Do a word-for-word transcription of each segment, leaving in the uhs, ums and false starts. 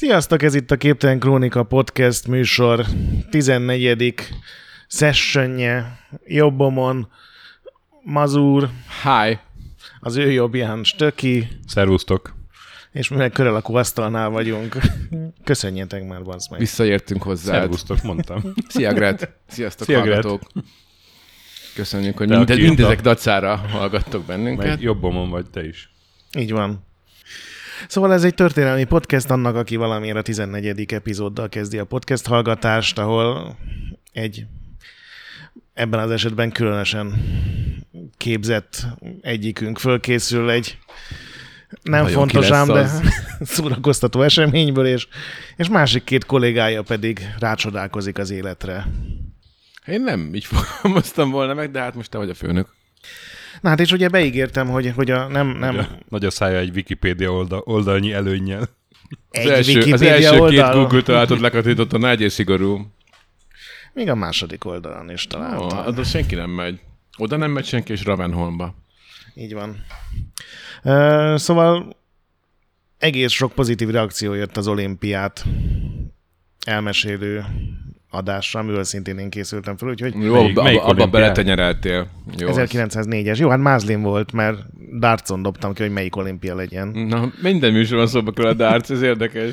Sziasztok, ez itt a Képtelen Krónika podcast műsor tizennegyedik sessionje. Jobbomon Mazur. Hi. Az ő jobbján Stöki. Szervusztok. És mivel körülakó asztalnál vagyunk, köszönjetek már, bazd meg. Visszaértünk hozzá. Szervusztok, mondtam. Szia, Gret. Sziasztok, Szia, hallgatók. Köszönjük, hogy mind, mindezek dacára hallgattok bennünket. Meg jobbomon vagy te is. Így van. Szóval ez egy történelmi podcast annak, aki valamiért a tizennegyedik epizóddal kezdi a podcast hallgatást, ahol egy ebben az esetben különösen képzett egyikünk fölkészül egy nem Vajon fontos ám, de az? szórakoztató eseményből, és, és másik két kollégája pedig rácsodálkozik az életre. Én nem így fogalmaztam volna meg, de hát most te vagy a főnök. Na hát és ugye beígértem, hogy, hogy a nem... nem... Nagy, a, nagy a szája egy Wikipédia oldal, oldalnyi előnnyel. Egy az első, Wikipédia az első oldal... két Google találatot lekatított a nagy és szigorú. Még a második oldalon is találtam. Oh, oda senki nem megy. Oda nem megy senki, és Ravenholmba. Így van. Uh, szóval egész sok pozitív reakció jött az olimpiát elmesélő adásra, amivel szintén én készültem fel, úgyhogy... Jó, Melyik- abba, melyik abba olimpián? beletenyereltél. Jó. ezerkilencszáznégyes. Jó, hát Mászlin volt, mert dartson dobtam ki, hogy melyik olimpia legyen. Na, minden műsorban szóba kell a darts, ez érdekes.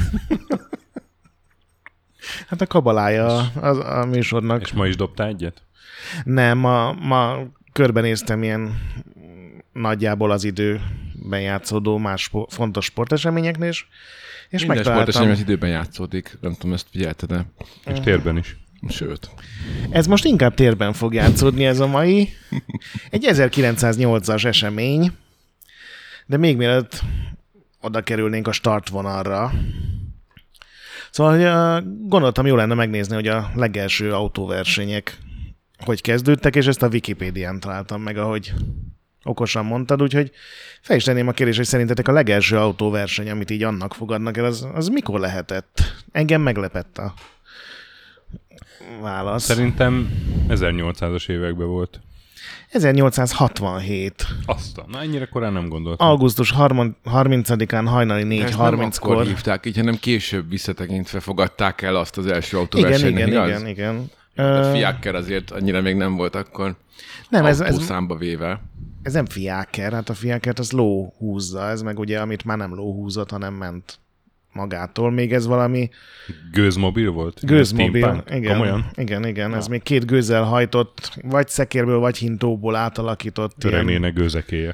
Hát a kabalája a, a műsornak. És ma is dobtál egyet? Nem, ma, ma körbenéztem ilyen nagyjából az időben játszódó más spo- fontos sporteseményeknél, és és Minden megtaláltam. sportesemény az időben játszódik. Nem tudom, ezt figyelted-e? És térben is. Sőt. Ez most inkább térben fog játszódni ez a mai. Egy ezerkilencszáznyolcas esemény, de még mielőtt oda kerülnénk a startvonalra. Szóval hogy, uh, gondoltam, jó lenne megnézni, hogy a legelső autóversenyek hogy kezdődtek, és ezt a Wikipédián találtam meg, ahogy okosan mondtad, úgyhogy fel is tenném a kérdést, hogy szerintetek a legelső autóverseny, amit így annak fogadnak el, az, az mikor lehetett? Engem meglepett a válasz. Szerintem ezernyolcszázas években volt. ezernyolcszázhatvanhét. Aztán, na ennyire korán nem gondoltam. augusztus harmincadikán hajnali négy Ezt nem harminckor. akkor hívták így, hanem később visszatekintve fogadták el azt az első Igen, autóversenynek, igen, igaz? igen, igen. A Ö, fiákker azért annyira még nem volt akkor Nem, ez, ez, autószámba véve. ez nem fiáker, hát a fiákert az ló húzza, ez meg ugye, amit már nem ló húzott, hanem ment magától. Még ez valami Gőzmobil volt? gőzmobil. Steampunk? Igen, Komolyan? igen, igen. Ez még két gőzzel hajtott, vagy szekérből, vagy hintóból átalakított. Öreg ilyen- néne gőzekéje.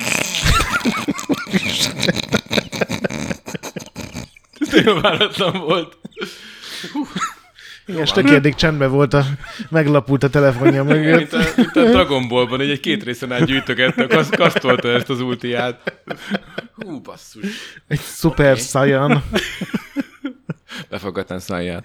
Ez nagyon váratlan volt. Igen, és tökéletes csendben volt, a, meglapult a telefonja Mint mögött. a, mint a Dragon Ballban, egy két részen át gyűjtögette, kaszt, kasztolta ezt az ultiját. Hú, basszus. Egy szuper Oké. Saiyan. Befogadtán száját.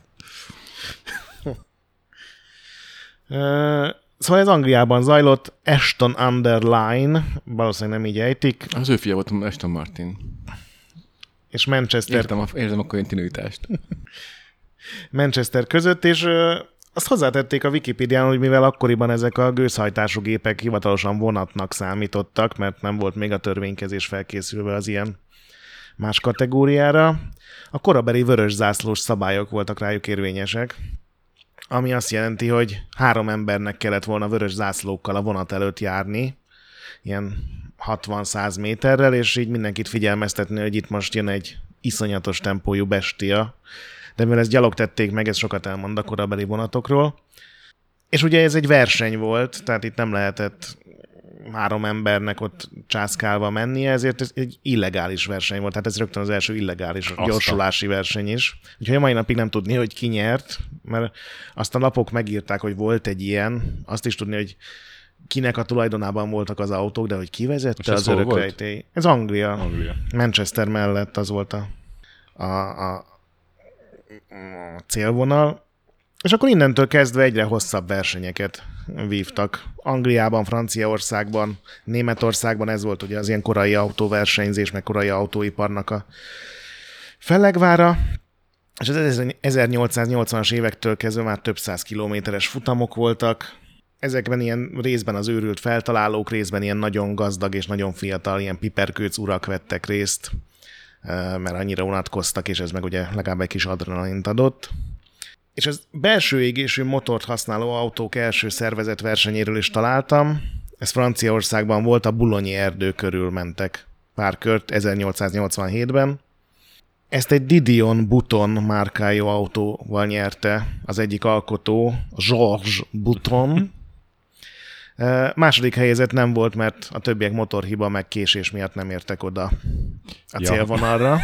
Ö, Szóval ez Angliában zajlott, Ashton under Lyne, valószínűleg nem így ejtik, Az ő fia volt Aston Martin. és Manchester, Értem a, érzem a kontinuitást. Manchester között, és ö, azt hozzátették a Wikipédián, hogy mivel akkoriban ezek a gőzhajtású gépek hivatalosan vonatnak számítottak, mert nem volt még a törvénykezés felkészülve az ilyen más kategóriára, a korabeli vörös zászlós szabályok voltak rájuk érvényesek, ami azt jelenti, hogy három embernek kellett volna vörös zászlókkal a vonat előtt járni, ilyen hatvan-száz méterrel, és így mindenkit figyelmeztetni, hogy itt most jön egy iszonyatos tempójú bestia, de mivel ezt gyalog tették meg, ez sokat elmond a korabeli vonatokról. És ugye ez egy verseny volt, tehát itt nem lehetett három embernek ott császkálva mennie, ezért ez egy illegális verseny volt, tehát ez rögtön az első illegális Aztán. gyorsulási verseny is. Úgyhogy a mai napig nem tudni, hogy ki nyert, mert azt a lapok megírták, hogy volt egy ilyen, azt is tudni, hogy kinek a tulajdonában voltak az autók, de hogy ki vezette És ez az hol örök volt? rejtély. Ez Anglia. Anglia. Manchester mellett az volt a, a, a, a célvonal. És akkor innentől kezdve egyre hosszabb versenyeket vívtak. Angliában, Franciaországban, Németországban ez volt ugye az ilyen korai autóversenyzés, meg korai autóiparnak a fellegvára. És az ezernyolcszáznyolcvanas évektől kezdve már több száz kilométeres futamok voltak. Ezekben ilyen részben az őrült feltalálók, részben ilyen nagyon gazdag és nagyon fiatal, ilyen piperkőc urak vettek részt. mert annyira unatkoztak, és ez meg ugye legalább egy kis adrenalint adott. És ez belső égésű motort használó autók első szervezett versenyéről is találtam. Ez Franciaországban volt, a Boulogne erdő körül mentek pár kört ezernyolcszáznyolcvanhétben. Ezt egy Didion Bouton márkájú autóval nyerte az egyik alkotó, Georges Bouton. Második helyezett nem volt, mert a többiek motorhiba meg késés miatt nem értek oda a ja. célvonalra.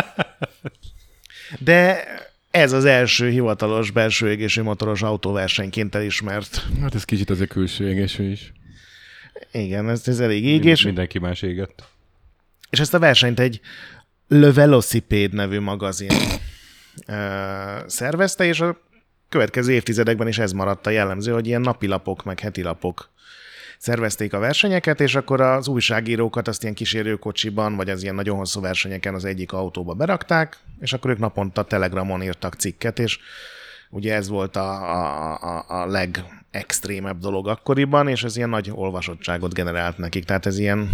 De ez az első hivatalos belső égésű motoros autóversenyként elismert. Hát ez kicsit azért külső égésű is. Igen, ez, ez elég égés. Mindenki más égett. És ezt a versenyt egy Le Velocipede nevű magazin ö, szervezte, és a következő évtizedekben is ez maradt a jellemző, hogy ilyen napilapok, meg hetilapok szervezték a versenyeket, és akkor az újságírókat azt ilyen kísérőkocsiban, vagy az ilyen nagyon hosszú versenyeken az egyik autóba berakták, és akkor ők naponta Telegramon írtak cikket, és ugye ez volt a, a, a, a legextrémebb dolog akkoriban, és ez ilyen nagy olvasottságot generált nekik. Tehát ez ilyen,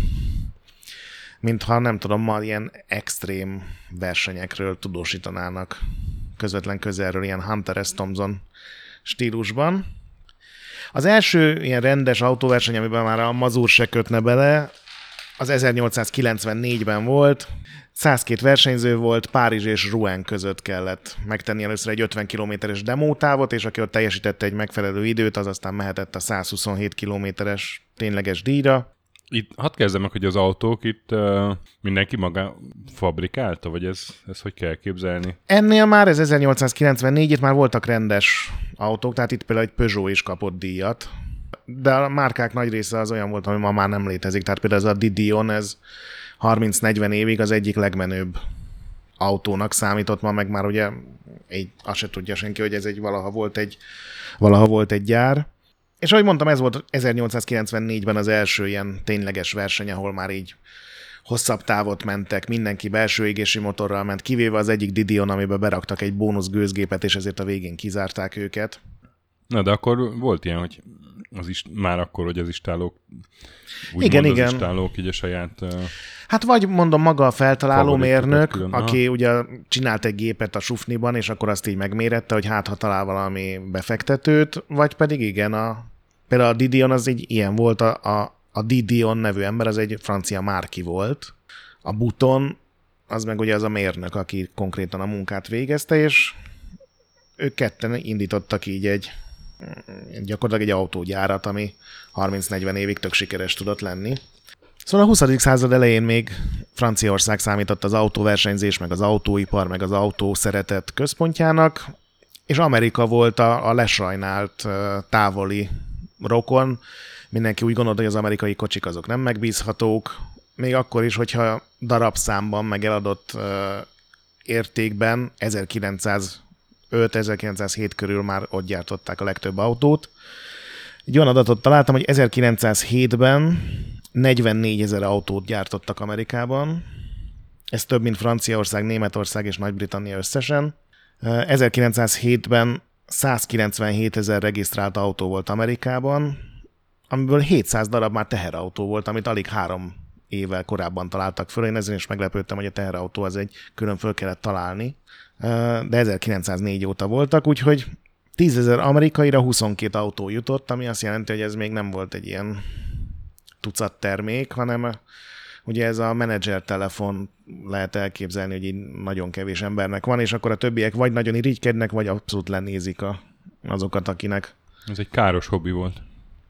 mintha nem tudom, ma ilyen extrém versenyekről tudósítanának közvetlen közelről, ilyen Hunter S. Thompson stílusban. Az első ilyen rendes autóverseny, amiben már a mazur se kötne bele, az ezernyolcszázkilencvennégyben volt. százkettő versenyző volt, Párizs és Rouen között kellett megtenni először egy ötven kilométeres demótávot, és aki ott teljesítette egy megfelelő időt, az aztán mehetett a százhuszonhét kilométeres tényleges díjra. Itt hadd kezdem meg, hogy az autók itt uh, mindenki maga fabrikálta, vagy ez, ez hogy kell képzelni? Ennél már, ez ezernyolcszázkilencvennégy, itt már voltak rendes autók, tehát itt például egy Peugeot is kapott díjat, de a márkák nagy része az olyan volt, ami ma már nem létezik, tehát például ez a Didion, ez harminc-negyven évig az egyik legmenőbb autónak számított, ma meg már ugye egy, azt se tudja senki, hogy ez egy valaha volt egy, valaha volt egy gyár. És ahogy mondtam, ez volt ezernyolcszázkilencvennégyben az első ilyen tényleges verseny, ahol már így hosszabb távot mentek, mindenki belső égési motorral ment, kivéve az egyik Didion, amiben beraktak egy bónusz gőzgépet, és ezért a végén kizárták őket. Na, de akkor volt ilyen, hogy az is, már akkor, hogy az istálók, igen, mond, igen. Az istálók így a saját... Uh, hát vagy mondom maga a feltaláló mérnök, külön, aki aha. ugye csinált egy gépet a sufniban, és akkor azt így megmérette, hogy hát ha talál valami befektetőt, vagy pedig igen, a, például a Didion az egy ilyen volt, a, a, a Didion nevű ember, az egy francia márki volt, a Bouton, az meg ugye az a mérnök, aki konkrétan a munkát végezte, és ők ketten indítottak így egy gyakorlatilag egy autógyárat, ami harminc-negyven évig tök sikeres tudott lenni. Szóval a huszadik század elején még Franciaország számított az autóversenyzés, meg az autóipar, meg az autó szeretet központjának, és Amerika volt a, a lesajnált távoli rokon. Mindenki úgy gondolta, hogy az amerikai kocsik azok nem megbízhatók, még akkor is, hogyha darabszámban, meg eladott uh, értékben ezerkilencszázöt-ezerkilencszázhét körül már ott gyártották a legtöbb autót. Egy olyan adatot találtam, hogy ezerkilencszázhétben negyvennégyezer autót gyártottak Amerikában. Ez több, mint Franciaország, Németország és Nagy-Britannia összesen. ezerkilencszázhétben százkilencvenhétezer regisztrált autó volt Amerikában, amiből hétszáz darab már teherautó volt, amit alig három évvel korábban találtak föl. Én ezen is meglepődtem, hogy a teherautó az egy külön föl kellett találni, de ezerkilencszáznégy óta voltak, úgyhogy tízezer amerikaira huszonkét autó jutott, ami azt jelenti, hogy ez még nem volt egy ilyen tucat termék, hanem ugye ez a menedzser telefon lehet elképzelni, hogy így nagyon kevés embernek van, és akkor a többiek vagy nagyon irigykednek, vagy abszolút lenézik a, azokat, akinek. Ez egy káros hobbi volt.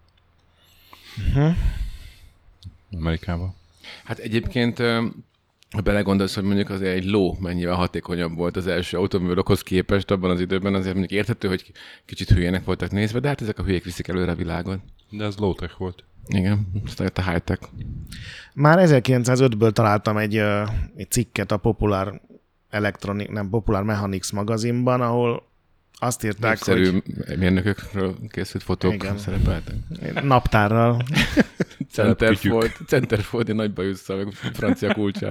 Uh-huh. Amerikában. Hát egyébként, ha belegondolsz, hogy mondjuk azért egy ló mennyivel hatékonyabb volt az első autóművelokhoz képest abban az időben, azért mondjuk érthető, hogy kicsit hülyének voltak nézve, de hát ezek a hülyék viszik előre a világot. De ez low-tech volt. Igen, aztán jött a high-tech. Már ezerkilencszázötből találtam egy, egy cikket a Popular Electronic, nem, Popular Mechanics magazinban, ahol azt írták, népszerű hogy... mérnökökről készült fotók igen. szerepeltek. Naptárral. Centerfold, Centerfold, nagy bajusszal, meg francia kulccsal.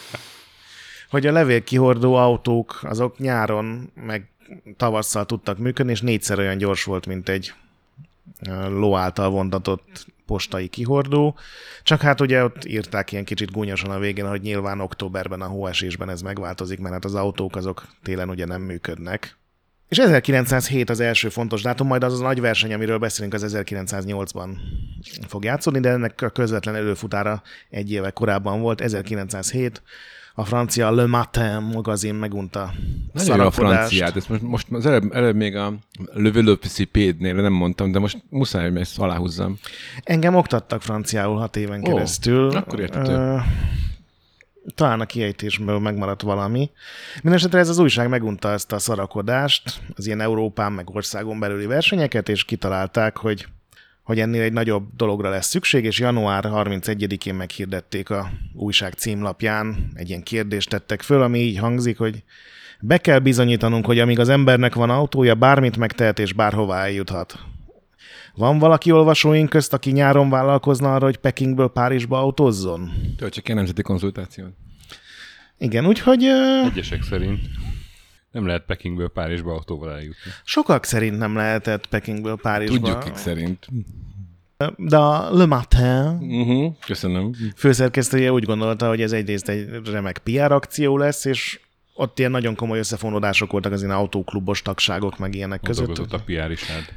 Hogy a levélkihordó autók azok nyáron, meg tavasszal tudtak működni, és négyszer olyan gyors volt, mint egy ló által vontatott postai kihordó, csak hát ugye ott írták ilyen kicsit gúnyosan a végén, hogy nyilván októberben a hóesésben ez megváltozik, mert hát az autók azok télen ugye nem működnek. És ezerkilencszázhét az első fontos dátum, majd az a nagy verseny, amiről beszélünk, az ezerkilencszáznyolcban fog játszódni, de ennek a közvetlen előfutára egy éve korábban volt, ezerkilencszázhét, a francia Le Matin magazin megunta nagyon a franciát, ezt most, most az előbb, előbb még a Le Velocipédnél nem mondtam, de most muszáj, hogy ezt aláhúzzam. Engem oktattak franciául hat éven Ó, keresztül. akkor értető. Uh, talán a kiejtésből megmaradt valami. Mindenesetre ez az újság megunta ezt a szarakodást, az ilyen Európán meg országon belüli versenyeket, és kitalálták, hogy, hogy ennél egy nagyobb dologra lesz szükség, és január harmincegyedikén meghirdették a újság címlapján, egy ilyen kérdést tettek föl, ami így hangzik, hogy be kell bizonyítanunk, hogy amíg az embernek van autója, bármit megtehet és bárhová eljuthat. Van valaki olvasóink közt, aki nyáron vállalkozna arra, hogy Pekingből Párizsba autózzon? Től csak ilyen nemzeti konzultáción. Igen, úgyhogy... Uh, Egyesek szerint nem lehet Pekingből Párizsba autóval eljutni. Sokak szerint nem lehetett Pekingből Párizsba. Tudjuk kik szerint. De a Le Matin Uh-huh. Köszönöm. főszerkesztője úgy gondolta, hogy ez egyrészt egy remek pé er akció lesz, és ott ilyen nagyon komoly összefonódások voltak az ilyen autóklubos tagságok, meg ilyenek között. Ott a pé er is hát.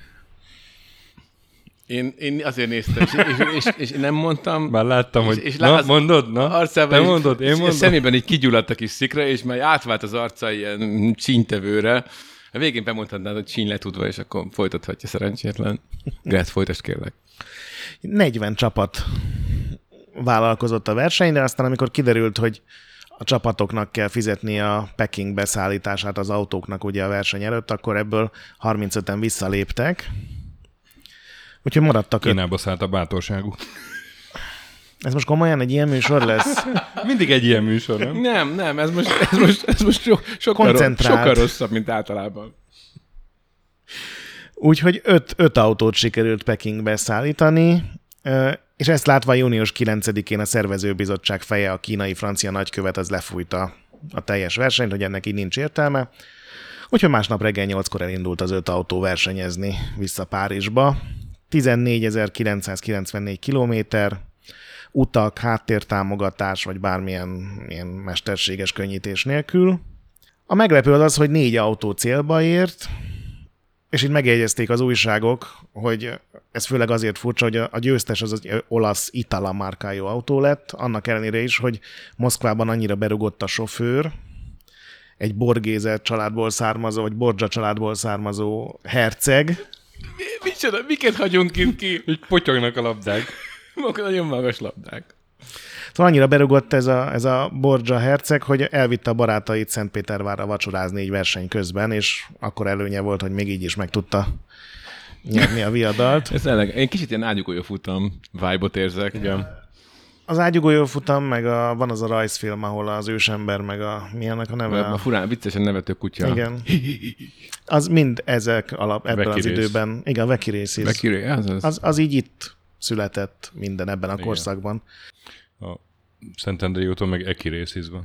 Én, én azért néztem, és, és, és, és nem mondtam. Már láttam, és, hogy és na, látsz, mondod, na, arcában te is, mondod, én és mondom. szemében így kigyulladt a kis szikra, és már átvált az arca ilyen csínytevőre. A végén bemondhatnád, hogy csíny letudva, és akkor folytathatja szerencsétlen. Grácz, folytasd kérlek. negyven csapat vállalkozott a versenyre, aztán amikor kiderült, hogy a csapatoknak kell fizetni a Peking beszállítását az autóknak ugye a verseny előtt, akkor ebből harmincöten visszaléptek. Úgyhogy maradtak öt. Kínába szállt a bátorságuk. Ez most komolyan egy ilyen műsor lesz? Mindig egy ilyen műsor, nem? Nem, nem, ez most, ez most, ez most so, sokkal, Koncentrált. sokkal rosszabb, mint általában. Úgyhogy öt, öt autót sikerült Pekingbe szállítani, és ezt látva június kilencedikén a szervezőbizottság feje, a kínai-francia nagykövet, az lefújta a teljes versenyt, hogy ennek így nincs értelme. Úgyhogy másnap reggel nyolckor elindult az öt autó versenyezni vissza Párizsba. tizennégyezer-kilencszázkilencvennégy kilométer, utak, háttértámogatás, vagy bármilyen ilyen mesterséges könnyítés nélkül. A meglepő az az, hogy négy autó célba ért, és így megjegyezték az újságok, hogy ez főleg azért furcsa, hogy a győztes az egy olasz Itala márkájú autó lett, annak ellenére is, hogy Moszkvában annyira berugott a sofőr, egy Borgéze családból származó, vagy Borgia családból származó herceg. Mi, micsoda, miket hagyunk itt ki? Így potyognak a labdák. Maguk nagyon magas labdák. Szóval annyira berugott ez a, ez a Borgia herceg, hogy elvitte a barátait Szentpétervárra vacsorázni egy verseny közben, és akkor előnye volt, hogy még így is meg tudta nyerni a viadalt. Ez elég, én kicsit ilyen ágyugója futam, vibe-ot érzek. Igen. Az ágyugójó futam, meg a, van az a rajzfilm, ahol az ősember, meg a mi annak a neve? A furán, viccesen nevető kutya. Igen. Az mind ezek alap, ebben Veki az rész. időben. Igen, Veki rész. Bekiré, az, az. Az, az így itt született minden ebben a korszakban. A Szentendrei úton meg Eki részizben.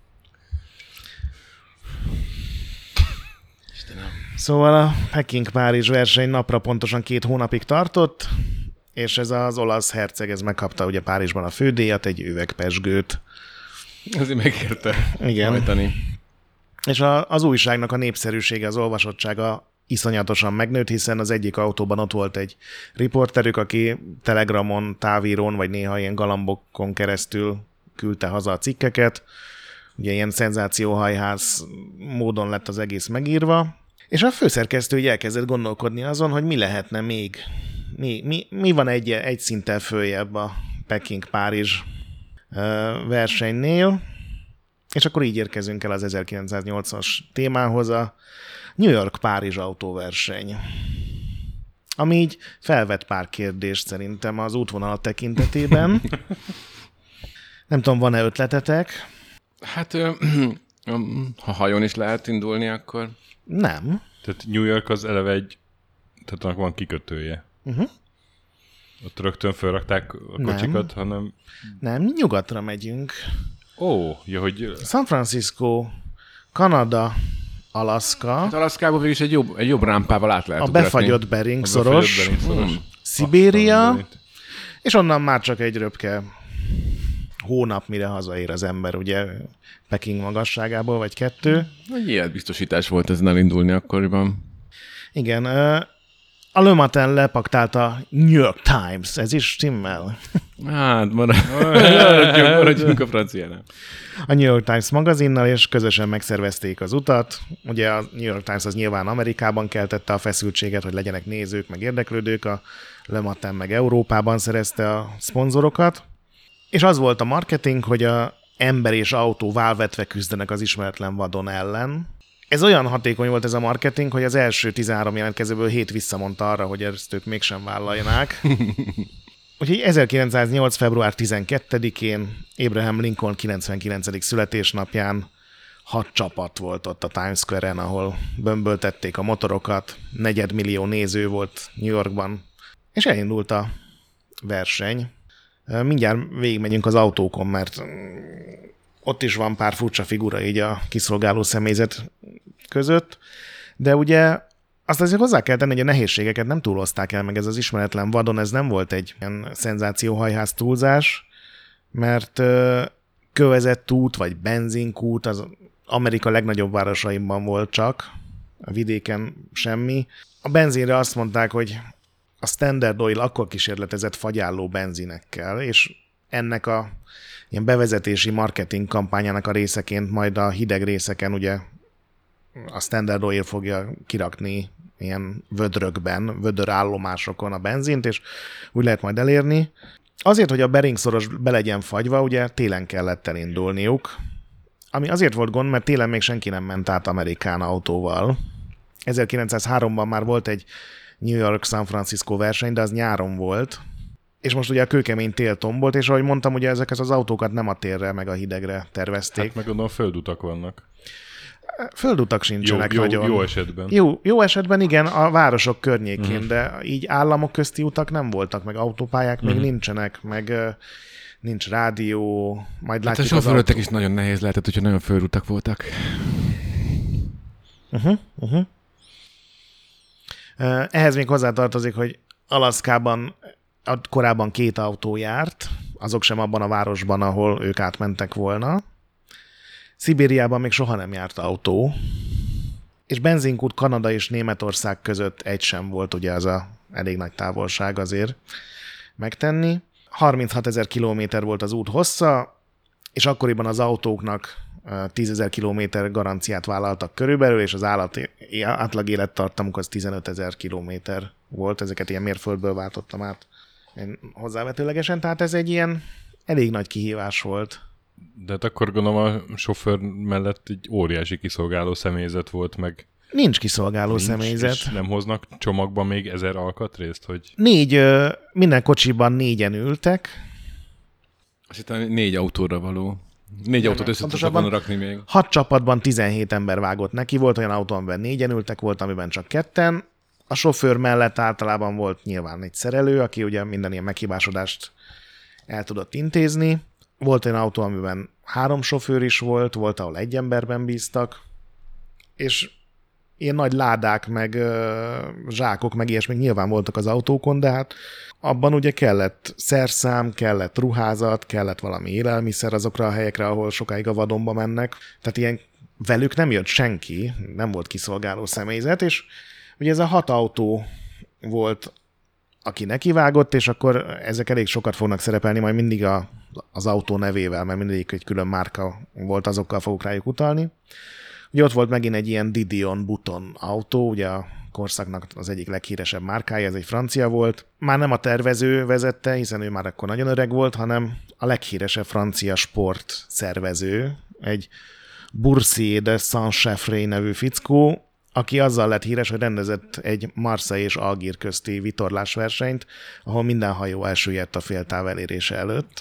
Szóval a Peking-Párizs verseny napra pontosan két hónapig tartott, és ez az olasz herceg, ez megkapta ugye Párizsban a fődíjat, egy üvegpezsgőt. Azért megérte Igen. hajtani. És a, az újságnak a népszerűsége, az olvasottsága iszonyatosan megnőtt, hiszen az egyik autóban ott volt egy riporterük, aki telegramon, távírón, vagy néha ilyen galambokon keresztül küldte haza a cikkeket. Ugye ilyen szenzációhajház módon lett az egész megírva. És a főszerkesztő így elkezdett gondolkodni azon, hogy mi lehetne még, mi, mi, mi van egy, egy szinttel följebb a Peking-Párizs versenynél. És akkor így érkezünk el az ezerkilencszáznyolcvanas témához, a New York-Párizs autóverseny. Ami így felvet pár kérdést szerintem az útvonal tekintetében. Nem tudom, van-e ötletetek? Hát, ö, ha hajón is lehet indulni, akkor... Nem. Tehát New York az eleve egy, tehát annak van kikötője. Uh-huh. Ott rögtön felrakták a kocsikat, nem. hanem... Nem, nyugatra megyünk. Ó, ja, hogy... San Francisco, Kanada, Alaszka, Hát Alaszkából végül is egy jobb, egy jobb rámpával át lehet a ugratni. befagyott Bering szoros, Bering szoros. Szibéria, És onnan már csak egy röpke hónap, mire hazaér az ember, ugye Peking magasságából, vagy kettő. Egy életbiztosítás volt ezen elindulni akkoriban. Igen, a Le Matin lepaktált a New York Times, ez is stimmel. Hát, maradjunk, maradjunk a franciánál. A New York Times magazinnal, és közösen megszervezték az utat. Ugye a New York Times az nyilván Amerikában keltette a feszültséget, hogy legyenek nézők, meg érdeklődők, a Le Matin meg Európában szerezte a szponzorokat. És az volt a marketing, hogy a ember és autó válvetve küzdenek az ismeretlen vadon ellen. Ez olyan hatékony volt ez a marketing, hogy az első tizenhárom jelentkezőből hét visszamondta arra, hogy ezt ők mégsem vállaljanák. Úgyhogy ezerkilencszáznyolc. február tizenkettedikén Abraham Lincoln kilencvenkilencedik születésnapján hat csapat volt ott a Times Square-en, ahol bömböltették a motorokat, negyedmillió néző volt New Yorkban, és elindult a verseny. Mindjárt végigmegyünk az autókon, mert ott is van pár furcsa figura így a kiszolgáló személyzet között, de ugye azt azért hozzá kell tenni, hogy a nehézségeket nem túlozták el, meg ez az ismeretlen vadon, ez nem volt egy ilyen szenzációhajház túlzás, mert kövezett út, vagy benzinkút az Amerika legnagyobb városaiban volt csak, a vidéken semmi. A benzinre azt mondták, hogy a Standard Oil akkor kísérletezett fagyálló benzinekkel, és ennek a ilyen bevezetési marketing kampányának a részeként majd a hideg részeken ugye a Standard Oil fogja kirakni ilyen vödrökben, vödörállomásokon a benzint, és úgy lehet majd elérni. Azért, hogy a Bering-szoros be legyen fagyva, ugye télen kellett elindulniuk, ami azért volt gond, mert télen még senki nem ment át Amerikán autóval. ezerkilencszázháromban már volt egy New York-San Francisco verseny, de az nyáron volt, és most ugye a kőkemény tél tombolt, és ahogy mondtam, ugye ezeket az autókat nem a térre, meg a hidegre tervezték. Hát meg gondolom földutak vannak. Földutak sincsenek jó, nagyon. Jó, jó esetben. Jó, jó esetben igen, a városok környékén, uh-huh. de így államok közti utak nem voltak, meg autópályák uh-huh. még nincsenek, meg uh, nincs rádió, majd hát látjuk a az sofőröknek autó... is nagyon nehéz lehetett, hogyha nagyon földutak voltak. Uh-huh, uh-huh. Uh, ehhez még hozzátartozik, hogy Alaszkában korábban két autó járt, azok sem abban a városban, ahol ők átmentek volna. Szibériában még soha nem járt autó, és benzinkút Kanada és Németország között egy sem volt, ugye ez a elég nagy távolság azért megtenni. harminchatezer kilométer volt az út hossza, és akkoriban az autóknak tízezer kilométer garanciát vállaltak körülbelül, és az állat, átlag élettartamuk az tizenötezer kilométer volt, ezeket ilyen mérföldből váltottam át hozzávetőlegesen, tehát ez egy ilyen elég nagy kihívás volt. De hát akkor gondolom a sofőr mellett egy óriási kiszolgáló személyzet volt, meg... Nincs kiszolgáló nincs, személyzet. És nem hoznak csomagban még ezer alkatrészt, hogy... Négy, minden kocsiban négyen ültek. Azt hittem négy autóra való. Négy nem, autót össze tudtak volna rakni még. Hat csapatban tizenhét ember vágott neki, volt olyan autó, amiben négyen ültek, volt, amiben csak ketten. A sofőr mellett általában volt nyilván egy szerelő, aki ugye minden ilyen meghibásodást el tudott intézni. Volt olyan autó, amiben három sofőr is volt, volt, ahol egy emberben bíztak, és ilyen nagy ládák, meg ö, zsákok, meg ilyesmik nyilván voltak az autókon, de hát abban ugye kellett szerszám, kellett ruházat, kellett valami élelmiszer azokra a helyekre, ahol sokáig a vadonba mennek. Tehát ilyen velük nem jött senki, nem volt kiszolgáló személyzet, és ugye ez a hat autó volt, aki nekivágott, és akkor ezek elég sokat fognak szerepelni majd mindig a, az autó nevével, mert mindig egy külön márka volt, azokkal fogok rájuk utalni. Ugye ott volt megint egy ilyen Didion Button autó, ugye a korszaknak az egyik leghíresebb márkája, ez egy francia volt. Már nem a tervező vezette, hiszen ő már akkor nagyon öreg volt, hanem a leghíresebb francia sport szervező, egy Boursier de Saint-Cheffrey nevű fickó, aki azzal lett híres, hogy rendezett egy Marseille és Algír közti vitorlásversenyt, ahol minden hajó elsüllyedt a féltáv elérése előtt.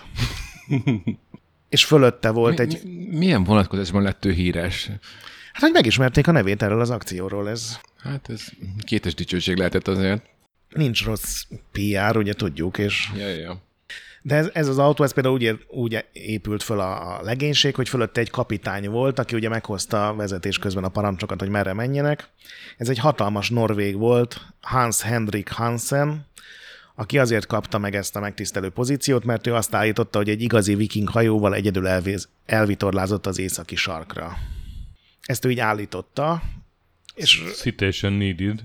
És fölötte volt mi, egy... Mi, milyen vonatkozásban lett ő híres? Hát, hogy megismerték a nevét erről az akcióról, ez... Hát ez kétes dicsőség lehetett azért. Nincs rossz pé er, ugye tudjuk, és... Ja, ja, ja. De ez, ez az autó, ez például úgy, úgy épült föl a, a legénység, hogy fölötte egy kapitány volt, aki ugye meghozta a vezetés közben a parancsokat, hogy merre menjenek. Ez egy hatalmas norvég volt, Hans Henrik Hansen, aki azért kapta meg ezt a megtisztelő pozíciót, mert ő azt állította, hogy egy igazi viking hajóval egyedül elvéz, elvitorlázott az északi sarkra. Ezt ő így állította, és... Citation needed.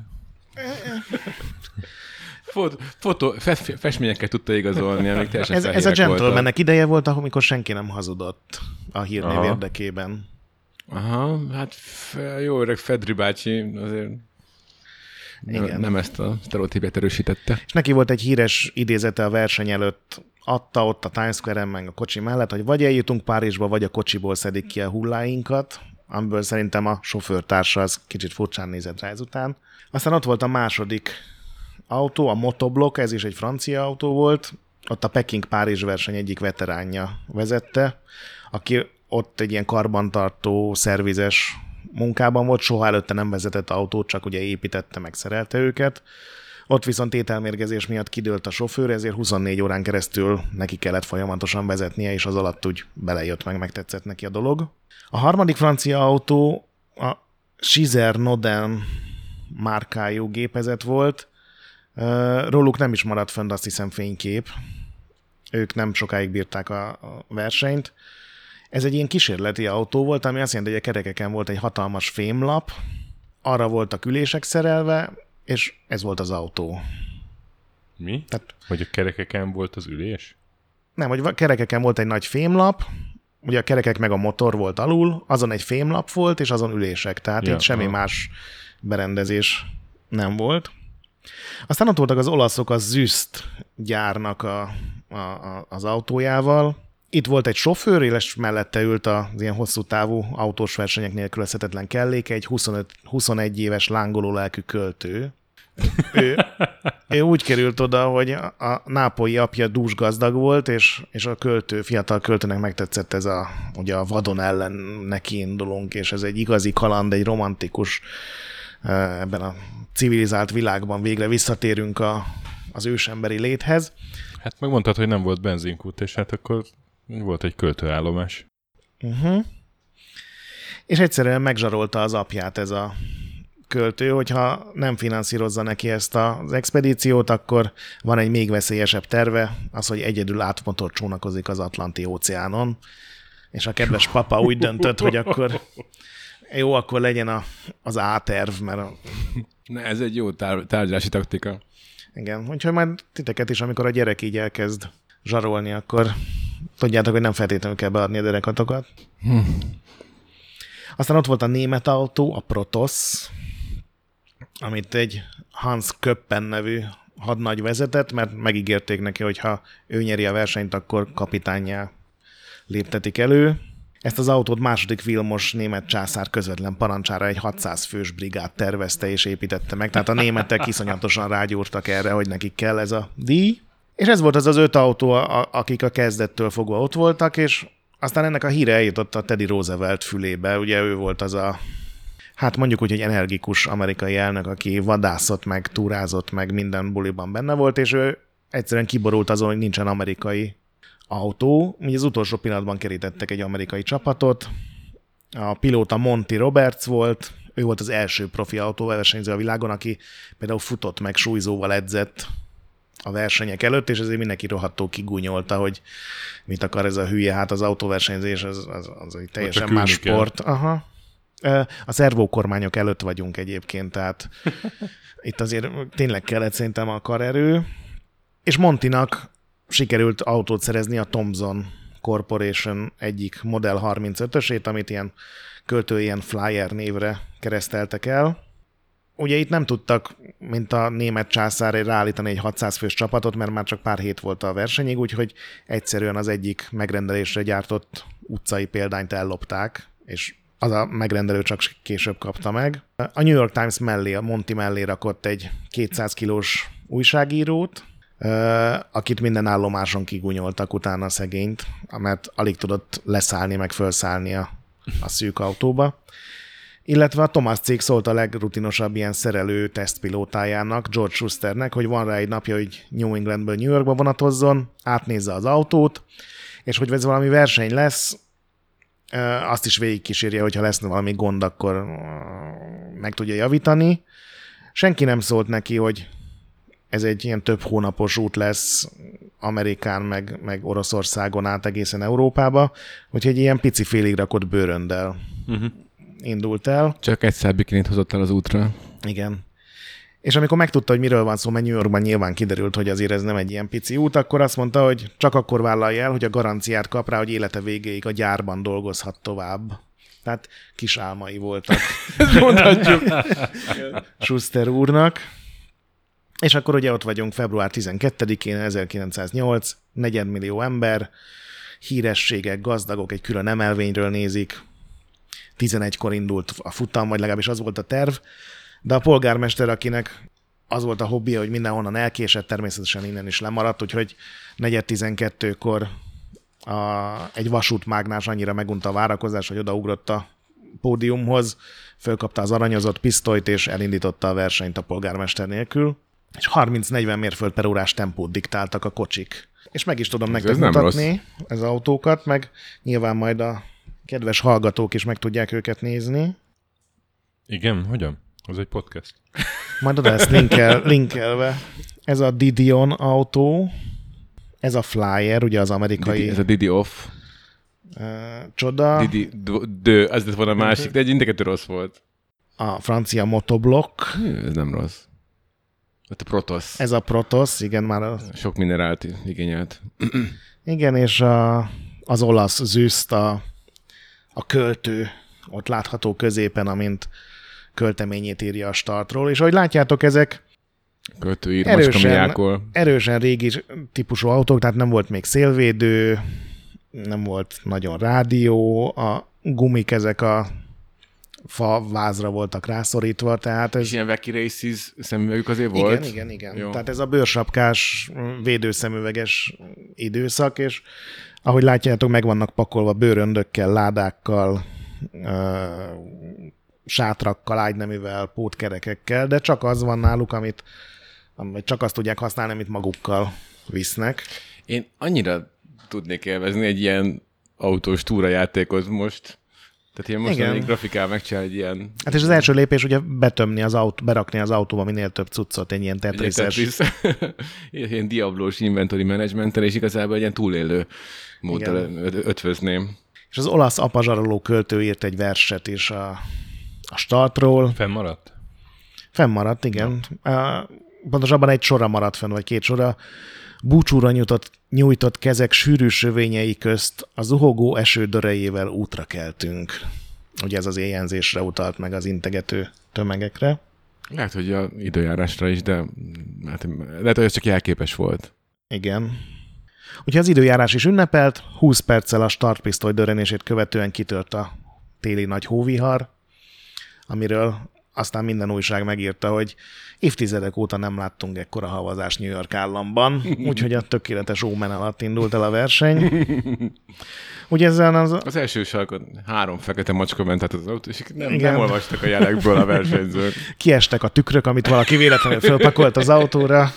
Fot, fotó, fe, festményekkel tudta igazolni, amik teljesen Ez, ez a gentlemannek voltak. ideje volt, amikor senki nem hazudott a hírnév Aha. érdekében. Aha, hát fe, jó öreg Fedri bácsi azért Igen. nem ezt a sztereotípiát erősítette. És neki volt egy híres idézete a verseny előtt, adta ott a Times Square-en meg a kocsi mellett, hogy vagy eljutunk Párizsba, vagy a kocsiból szedik ki a hulláinkat, amiből szerintem a sofőrtársa az kicsit furcsán nézett rá ezután. Aztán ott volt a második autó, a Motoblock, ez is egy francia autó volt, ott a Peking-Párizs verseny egyik veteránja vezette, aki ott egy ilyen karbantartó, szervizes munkában volt, soha előtte nem vezetett autót, csak ugye építette, meg szerelte őket. Ott viszont ételmérgezés miatt kidőlt a sofőr, ezért huszonnégy órán keresztül neki kellett folyamatosan vezetnie, és az alatt úgy belejött meg, megtetszett neki a dolog. A harmadik francia autó a Cizer Nodin márkájú gépezet volt. Róluk nem is maradt fönn, azt hiszem, fénykép. Ők nem sokáig bírták a versenyt. Ez egy ilyen kísérleti autó volt, ami azt jelenti, hogy a kerekeken volt egy hatalmas fémlap, arra voltak ülések szerelve, és ez volt az autó. Mi? Tehát, hogy a kerekeken volt az ülés? Nem, hogy a kerekeken volt egy nagy fémlap, ugye a kerekek meg a motor volt alul, azon egy fémlap volt, és azon ülések, tehát Ja, itt semmi aha. más berendezés nem volt. Aztán ott voltak az olaszok a Züst gyárnak a, a, a, az autójával. Itt volt egy sofőr, és mellette ült az ilyen hosszú távú autós versenyek nélkülözhetetlen kelléke, egy huszonöt, huszonegy éves lángoló lelkű költő. Ő, ő úgy került oda, hogy a, a nápolyi apja dúsgazdag volt, és, és a költő, fiatal költőnek megtetszett ez a, ugye a vadon ellen nekiindulunk, és ez egy igazi kaland, egy romantikus, ebben a civilizált világban végre visszatérünk a, az ősemberi léthez. Hát megmondtad, hogy nem volt benzinkút, és hát akkor volt egy költőállomás. Uh-huh. És egyszerűen megzsarolta az apját ez a költő, hogyha nem finanszírozza neki ezt az expedíciót, akkor van egy még veszélyesebb terve, az, hogy egyedül átmotor csónakozik az Atlanti óceánon, és a kedves papa úgy döntött, hogy akkor jó, akkor legyen a, az A-terv, mert a, Ne, ez egy jó tár- tárgyalási taktika. igen, úgyhogy majd titeket is, amikor a gyerek így elkezd zsarolni, akkor tudjátok, hogy nem feltétlenül kell beadni a derekatokat. Hm. Aztán ott volt a német autó, a Protoss, amit egy Hans Köppen nevű hadnagy vezetett, mert megígérték neki, hogy ha ő nyeri a versenyt, akkor kapitánnyá léptetik elő. Ezt az autót második Vilmos német császár közvetlen parancsára egy hatszáz fős brigád tervezte és építette meg, tehát a németek iszonyatosan rágyúrtak erre, hogy nekik kell ez a díj. És ez volt az az öt autó, a- akik a kezdettől fogva ott voltak, és aztán ennek a híre eljutott a Teddy Roosevelt fülébe, ugye ő volt az a, hát mondjuk úgy, hogy energikus amerikai elnök, aki vadászott meg, túrázott meg, minden buliban benne volt, és ő egyszerűen kiborult azon, hogy nincsen amerikai autó. Ugye az utolsó pillanatban kerítettek egy amerikai csapatot, a pilóta Monty Roberts volt, ő volt az első profi autóversenyző a világon, aki például futott meg súlyzóval edzett a versenyek előtt, és ezért mindenki rohadtó kigúnyolta, hogy mit akar ez a hülye, hát az autóversenyzés az, az, az egy teljesen csak más ülni kell. sport. Aha. A szervókormányok előtt vagyunk egyébként, tehát itt azért tényleg kellett szerintem a karerő, és Montinak sikerült autót szerezni, a Thomson Corporation egyik Model harmincötösét, amit ilyen költői ilyen Flyer névre kereszteltek el. Ugye itt nem tudtak, mint a német császár, ráállítani egy hatszáz fős csapatot, mert már csak pár hét volt a versenyig, úgyhogy egyszerűen az egyik megrendelésre gyártott utcai példányt ellopták, és az a megrendelő csak később kapta meg. A New York Times mellé, a Monty mellé rakott egy kétszáz kilós újságírót, akit minden állomáson kigúnyoltak utána a szegényt, mert alig tudott leszállni, meg felszállni a, a szűk autóba. Illetve a Thomas cég szólt a legrutinosabb ilyen szerelő tesztpilótájának, George Schusternek, hogy van rá egy napja, hogy New Englandből New Yorkba vonatozzon, átnézze az autót, és hogy ez valami verseny lesz, azt is végigkísérje, hogyha lesz valami gond, akkor meg tudja javítani. Senki nem szólt neki, hogy ez egy ilyen több hónapos út lesz Amerikán, meg, meg Oroszországon át egészen Európába, úgyhogy ilyen pici félig rakott bőröndel uh-huh. indult el. Csak egyszer bikinit hozott el az útra. Igen. És amikor megtudta, hogy miről van szó, mert New Yorkban nyilván kiderült, hogy azért ez nem egy ilyen pici út, akkor azt mondta, hogy csak akkor vállalja el, hogy a garanciát kap rá, hogy élete végéig a gyárban dolgozhat tovább. Tehát kis álmai voltak. Mondhatjuk. Schuster úrnak. És akkor ugye ott vagyunk február tizenkettedikén, ezerkilencszáznyolc, negyedmillió ember, hírességek, gazdagok egy külön emelvényről nézik. tizenegykor indult a futam, vagy legalábbis az volt a terv, de a polgármester, akinek az volt a hobbija, hogy mindenhonnan elkésett, természetesen innen is lemaradt, úgyhogy negyed tizenkettőkor a, egy vasútmágnás annyira megunta a várakozás, hogy odaugrott a pódiumhoz, fölkapta az aranyozott pisztolyt, és elindította a versenyt a polgármester nélkül, és harminc-negyven mérföld per órás tempót diktáltak a kocsik. És meg is tudom nektek mutatni az autókat, meg nyilván majd a kedves hallgatók is meg tudják őket nézni. Igen, hogyan? Az egy podcast. Majd oda ezt linkel, linkelve. Ez a Didion autó, ez a Flyer, ugye az amerikai... Didi, ez a Didi Off. Uh, csoda. Didi, dö, az lett volna a másik, de egy indikatőr rossz volt. A francia Motoblock. Ez nem rossz. Ott a Protoss. Ez a Protoss, igen, már a... Sok minerált igényelt. Igen, és a, az olasz Züst, a, a költő, ott látható középen, amint költeményét írja a startról, és ahogy látjátok, ezek költő ír, erősen, erősen régi típusú autók, tehát nem volt még szélvédő, nem volt nagyon rádió, a gumik ezek a fa vázra voltak rászorítva, tehát ez... És ilyen Wacky Races szemüvegük azért volt? Igen, igen, igen. Jó. Tehát ez a bőrsapkás, védőszemüveges időszak, és ahogy látjátok, meg vannak pakolva bőröndökkel, ládákkal, sátrakkal, ágyneművel, pótkerekekkel, de csak az van náluk, amit, vagy csak azt tudják használni, amit magukkal visznek. Én annyira tudnék élvezni egy ilyen autós túrajátékot most. Tehát ilyen mostani grafikál megcsinál egy ilyen... Hát és az első lépés ugye betömni az autó, berakni az autóba minél több cuccot, egy ilyen tetriszes. Tetris. Ilyen diablós inventory managementtel, és igazából egy ilyen túlélő móddal ötvözném. És az olasz apazsaroló költő írt egy verset is a, a startról. Fennmaradt? Fennmaradt, igen. Ja. Pontosabban egy sora maradt fenn, vagy két sora. Búcsúra nyújtott, nyújtott kezek sűrű sövényei közt a zuhogó eső dörejével útra keltünk. Ugye ez az éjjelzésre utalt meg az integető tömegekre. Lehet, hogy a időjárásra is, de hát, lehet, hogy ez csak jelképes volt. Igen. Úgyhogy az időjárás is ünnepelt, húsz perccel a startpisztoly dörrenését követően kitört a téli nagy hóvihar, amiről aztán minden újság megírta, hogy évtizedek óta nem láttunk ekkora havazást New York államban, úgyhogy a tökéletes ómen alatt indult el a verseny. Ugye ezen az... Az első sarkon három fekete macska ment át az autó, és nem, nem olvastak a jelekből a versenyzők. Kiestek a tükrök, amit valaki véletlenül fölpakolt az autóra,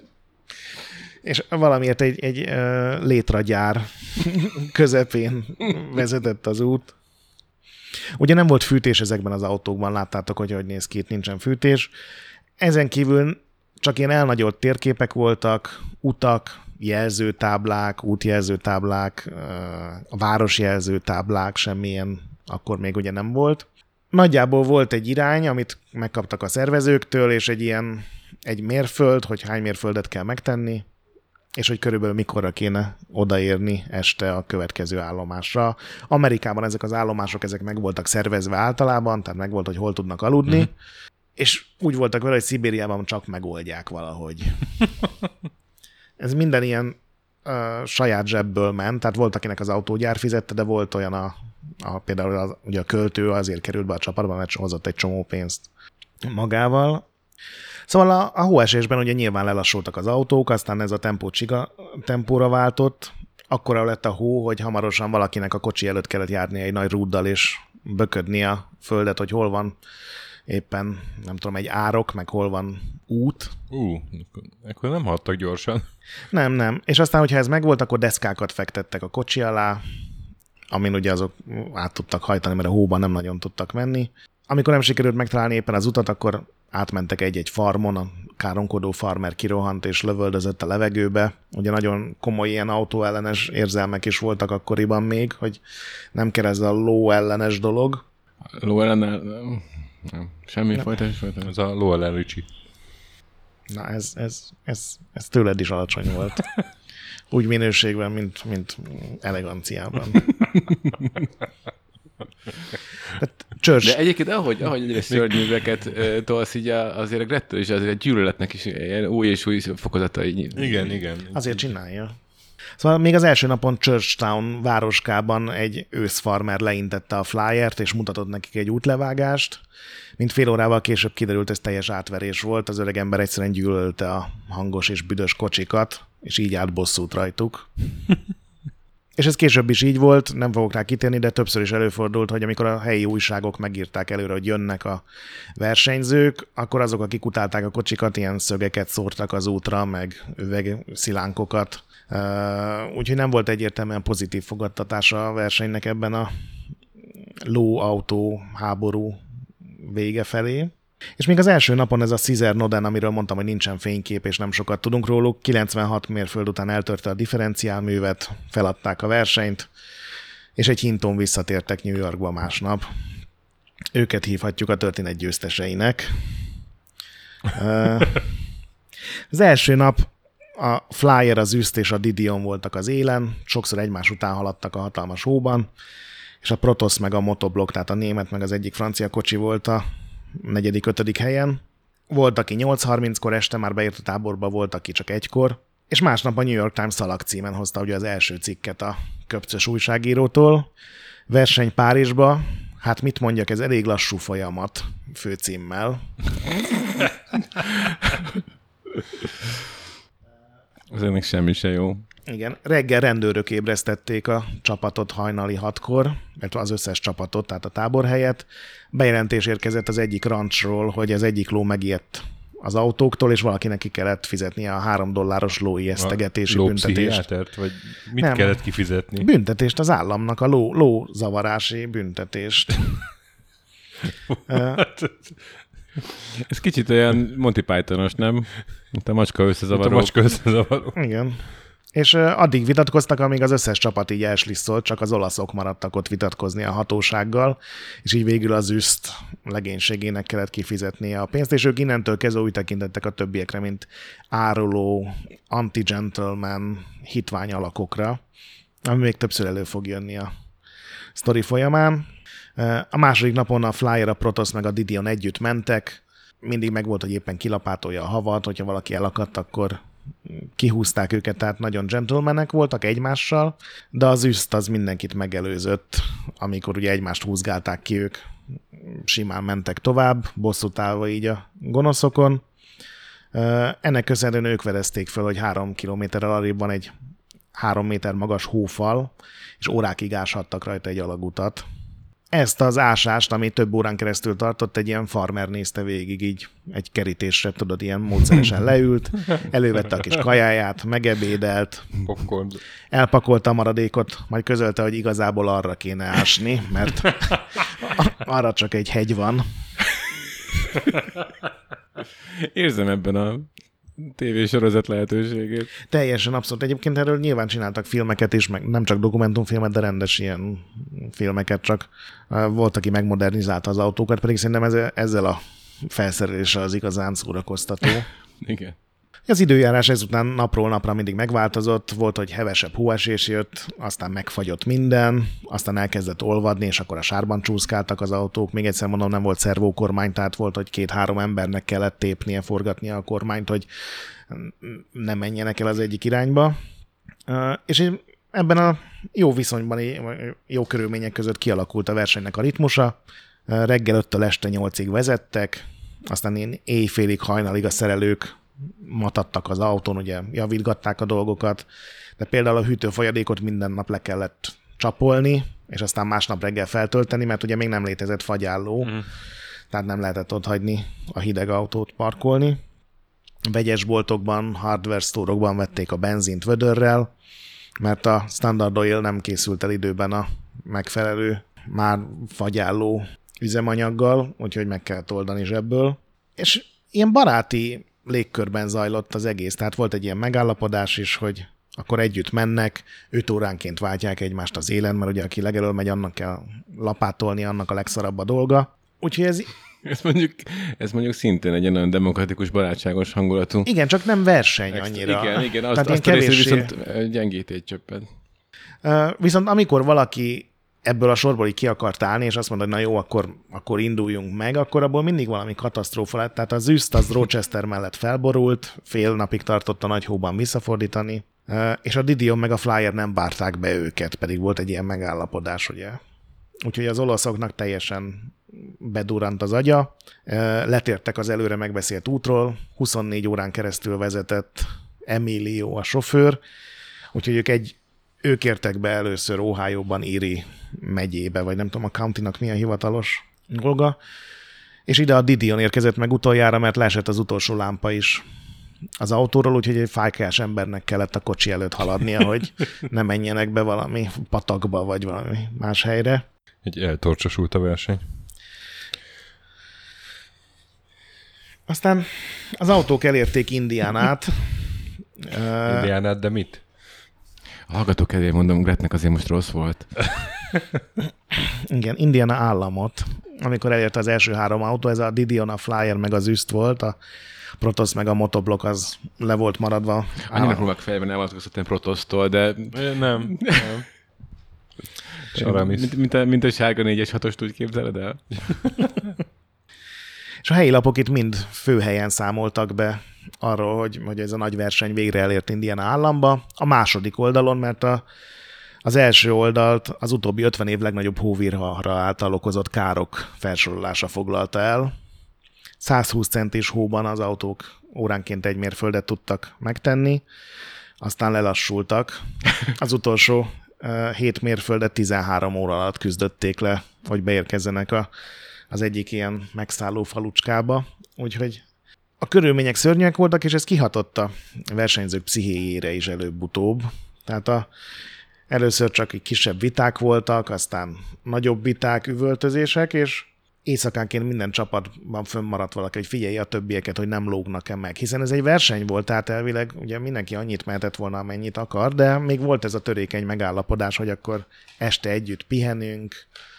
és valamiért egy, egy uh, létragyár közepén vezetett az út. Ugye nem volt fűtés ezekben az autókban, láttátok, hogy hogy néz ki, itt nincsen fűtés. Ezen kívül csak ilyen elnagyolt térképek voltak, utak, jelzőtáblák, útjelzőtáblák, a városjelzőtáblák, semmilyen akkor még ugye nem volt. Nagyjából volt egy irány, amit megkaptak a szervezőktől, és egy ilyen egy mérföld, hogy hány mérföldet kell megtenni, és hogy körülbelül mikorra kéne odaérni este a következő állomásra. Amerikában ezek az állomások ezek meg voltak szervezve általában, tehát meg volt, hogy hol tudnak aludni, mm-hmm. és úgy voltak vele, hogy Szibériában csak megoldják valahogy. Ez minden ilyen uh, saját zsebből ment, tehát volt, akinek az autógyár fizette, de volt olyan, a, a, például az, ugye a költő azért került be a csapatba, mert hozott egy csomó pénzt magával. Szóval a, a hóesésben ugye nyilván lelassultak az autók, aztán ez a tempó csiga tempóra váltott, akkora lett a hó, hogy hamarosan valakinek a kocsi előtt kellett járnia egy nagy rúddal és böködni a földet, hogy hol van éppen, nem tudom, egy árok, meg hol van út. Ú, uh, akkor nem haladtak gyorsan. Nem, nem. És aztán, hogyha ez megvolt, akkor deszkákat fektettek a kocsi alá, amin ugye azok át tudtak hajtani, mert a hóban nem nagyon tudtak menni. amikor nem sikerült megtalálni éppen az utat, akkor átmentek egy-egy farmon, a káromkodó farmer kirohant és lövöldözött a levegőbe. Ugye nagyon komoly ilyen autóellenes érzelmek is voltak akkoriban még, hogy nem kell ez a ló ellenes dolog. Ló ellennel? Nem. nem. Semmi folytás, folytás. Ez a ló ellen Ricsi. Na ez, ez, ez, ez tőled is alacsony volt. Úgy minőségben, mint, mint eleganciában. Csörcs. De egyébként ahogy, ahogy egyre szörnyűveket uh, tolsz, így a, azért a Grettől is azért a gyűlöletnek is ilyen új és új fokozatai. Igen, igen. Azért csinálja. Szóval még az első napon Churchtown városkában egy őszfarmer leintette a flyert, és mutatott nekik egy útlevágást. Mint fél órával később kiderült, ez teljes átverés volt. Az öreg ember egyszerűen gyűlölte a hangos és büdös kocsikat, és így állt bosszút rajtuk. És ez később is így volt, nem fogok rá kitérni, de többször is előfordult, hogy amikor a helyi újságok megírták előre, hogy jönnek a versenyzők, akkor azok, akik utálták a kocsikat, ilyen szögeket szórtak az útra, meg üvegszilánkkokat. Úgyhogy nem volt egyértelműen pozitív fogadtatása a versenynek ebben a ló-autó háború vége felé. És még az első napon ez a Caesar Noden, amiről mondtam, hogy nincsen fénykép, és nem sokat tudunk róluk, kilencvenhat mérföld után eltörte a differenciálművet, feladták a versenyt, és egy hinton visszatértek New Yorkba másnap. Őket hívhatjuk a történet győzteseinek. Az első nap a Flyer, az Üszt és a Didion voltak az élen, sokszor egymás után haladtak a hatalmas hóban, és a Protoss meg a Motoblock, tehát a német meg az egyik francia kocsi volt a negyedik, ötödik helyen. Volt, aki nyolc harminckor este már beért a táborba, volt, aki csak egykor, és másnap a New York Times szalagcímen hozta ugye az első cikket a köpcös újságírótól. Verseny Párizsba, hát mit mondjak, ez elég lassú folyamat főcímmel. Az ennek semmi se jó. Igen, reggel rendőrök ébresztették a csapatot hajnali hatkor, mert az összes csapatot, tehát a táborhelyet. Bejelentés érkezett az egyik rancsról, hogy az egyik ló megijedt az autóktól, és valakinek ki kellett fizetnie a három dolláros lóijesztegetési büntetést. Vagy mit Nem, kellett kifizetni? Büntetést az államnak, a ló, lózavarási büntetést. Ez kicsit olyan Monty Pythonos, nem? Mint a macska összezavaró. A macska összezavaró. Igen. És uh, addig vitatkoztak, amíg az összes csapat így elslisztolt, csak az olaszok maradtak ott vitatkozni a hatósággal, és így végül az Üszt legénységének kellett kifizetnie a pénzt, és ők innentől kezdve úgy tekintettek a többiekre, mint áruló, anti-gentleman hitvány alakokra, ami még többször elő fog jönni a sztori folyamán. Uh, a második napon a Flyer, a Protoss meg a Didion együtt mentek, mindig megvolt, hogy éppen kilapátolja a havat, hogyha valaki elakadt, akkor kihúzták őket, tehát nagyon gentlemanek voltak egymással, de az Üszt az mindenkit megelőzött, amikor ugye egymást húzgálták ki, ők simán mentek tovább, bosszút állva így a gonoszokon. Ennek köszönhetően ők vedezték fel, hogy három kilométerrel arrébb van egy három méter magas hófal, és órákig áshattak rajta egy alagutat. Ezt az ásást, ami több órán keresztül tartott, egy ilyen farmer nézte végig így egy kerítésre, tudod, ilyen módszeresen leült, elővette a kis kajáját, megebédelt, Popcorn. elpakolta a maradékot, majd közölte, hogy igazából arra kéne ásni, mert arra csak egy hegy van. Érzem ebben a tévésorozat lehetőségét. Teljesen abszolút. Egyébként erről nyilván csináltak filmeket is, meg nem csak dokumentumfilmet, de rendes ilyen filmeket, csak volt, aki megmodernizálta az autókat, pedig szerintem ez, ezzel a felszereléssel az igazán szórakoztató. Igen. Az időjárás ezután napról napra mindig megváltozott, volt, hogy hevesebb hóesés jött, aztán megfagyott minden, aztán elkezdett olvadni, és akkor a sárban csúszkáltak az autók. Még egyszer mondom, nem volt szervókormány, tehát volt, hogy két-három embernek kellett tépnie, forgatnia a kormányt, hogy ne menjenek el az egyik irányba. És ebben a jó viszonyban, jó körülmények között kialakult a versenynek a ritmusa. Reggel öttől este nyolcig vezettek, aztán én éjfélig, hajnalig a szerelők matadtak az autón, ugye javítgatták a dolgokat, de például a hűtőfolyadékot minden nap le kellett csapolni, és aztán másnap reggel feltölteni, mert ugye még nem létezett fagyálló, mm. tehát nem lehetett ott hagyni a hideg autót parkolni. Vegyes boltokban, hardware store-okban vették a benzint vödörrel, mert a Standard Oil nem készült el időben a megfelelő, már fagyálló üzemanyaggal, úgyhogy meg kellett oldani zsebből. És ilyen baráti légkörben zajlott az egész, tehát volt egy ilyen megállapodás is, hogy akkor együtt mennek, öt óránként váltják egymást az élen, mert ugye aki legelől megy, annak kell lapátolni, annak a legszarabb a dolga. Úgyhogy ez... Ez mondjuk, ez mondjuk szintén egy olyan demokratikus, barátságos hangulatú. Igen, csak nem verseny Extra, annyira. Igen, igen, azt, tehát azt a részét kevéssé... viszont gyengít egy csöppet. Uh, viszont amikor valaki ebből a sorból így ki akart állni, és azt mondta, hogy na jó, akkor, akkor induljunk meg, akkor abból mindig valami katasztrófa lett. Tehát az űzt az Rochester mellett felborult, fél napig tartott a nagy hóban visszafordítani, uh, és a Didion meg a Flyer nem várták be őket, pedig volt egy ilyen megállapodás, ugye. Úgyhogy az olaszoknak teljesen bedurrant az agya, uh, letértek az előre megbeszélt útról, huszonnégy órán keresztül vezetett Emilio a sofőr, úgyhogy ők egy Ők értek be először Ohio-ban, Erie megyébe, vagy nem tudom, a countynak milyen hivatalos dolga, és ide a Didion érkezett meg utoljára, mert leesett az utolsó lámpa is az autóról, úgyhogy egy fájkás embernek kellett a kocsi előtt haladnia, hogy ne menjenek be valami patakba, vagy valami más helyre. Egy eltorcsosult a verseny. Aztán az autók elérték Indiánát. Indiánát, de mit? A hallgatók elé mondom, Gretnek azért most rossz volt. Igen, Indiana államot, amikor elérte az első három autó, ez a Didion, a Flyer meg az űzt volt, a Protosz meg a Motoblok az le volt maradva. Annyira próbálok fejben elváltoztatni Protosztól, de... Nem, nem. Mint, mint, mint, a, mint a sárga négyes hatost úgy képzeled el? És a helyi lapok itt mind főhelyen számoltak be arról, hogy, hogy ez a nagy verseny végre elért Indiana államba. A második oldalon, mert a, az első oldalt az utóbbi ötven év legnagyobb hóvihara által okozott károk felsorolása foglalta el. százhúsz centis hóban az autók óránként egy mérföldet tudtak megtenni, aztán lelassultak. Az utolsó uh, hét mérföldet tizenhárom óra alatt küzdötték le, hogy beérkezzenek a, az egyik ilyen megszálló falucskába. Úgyhogy a körülmények szörnyűek voltak, és ez kihatott a versenyzők pszichéjére is előbb-utóbb. Tehát a, először csak kisebb viták voltak, aztán nagyobb viták, üvöltözések, és éjszakánként minden csapatban fönnmaradt valaki, hogy figyelj a többieket, hogy nem lógnak-e meg. Hiszen ez egy verseny volt, tehát elvileg ugye mindenki annyit mehetett volna, amennyit akar, de még volt ez a törékeny megállapodás, hogy akkor este együtt pihenünk,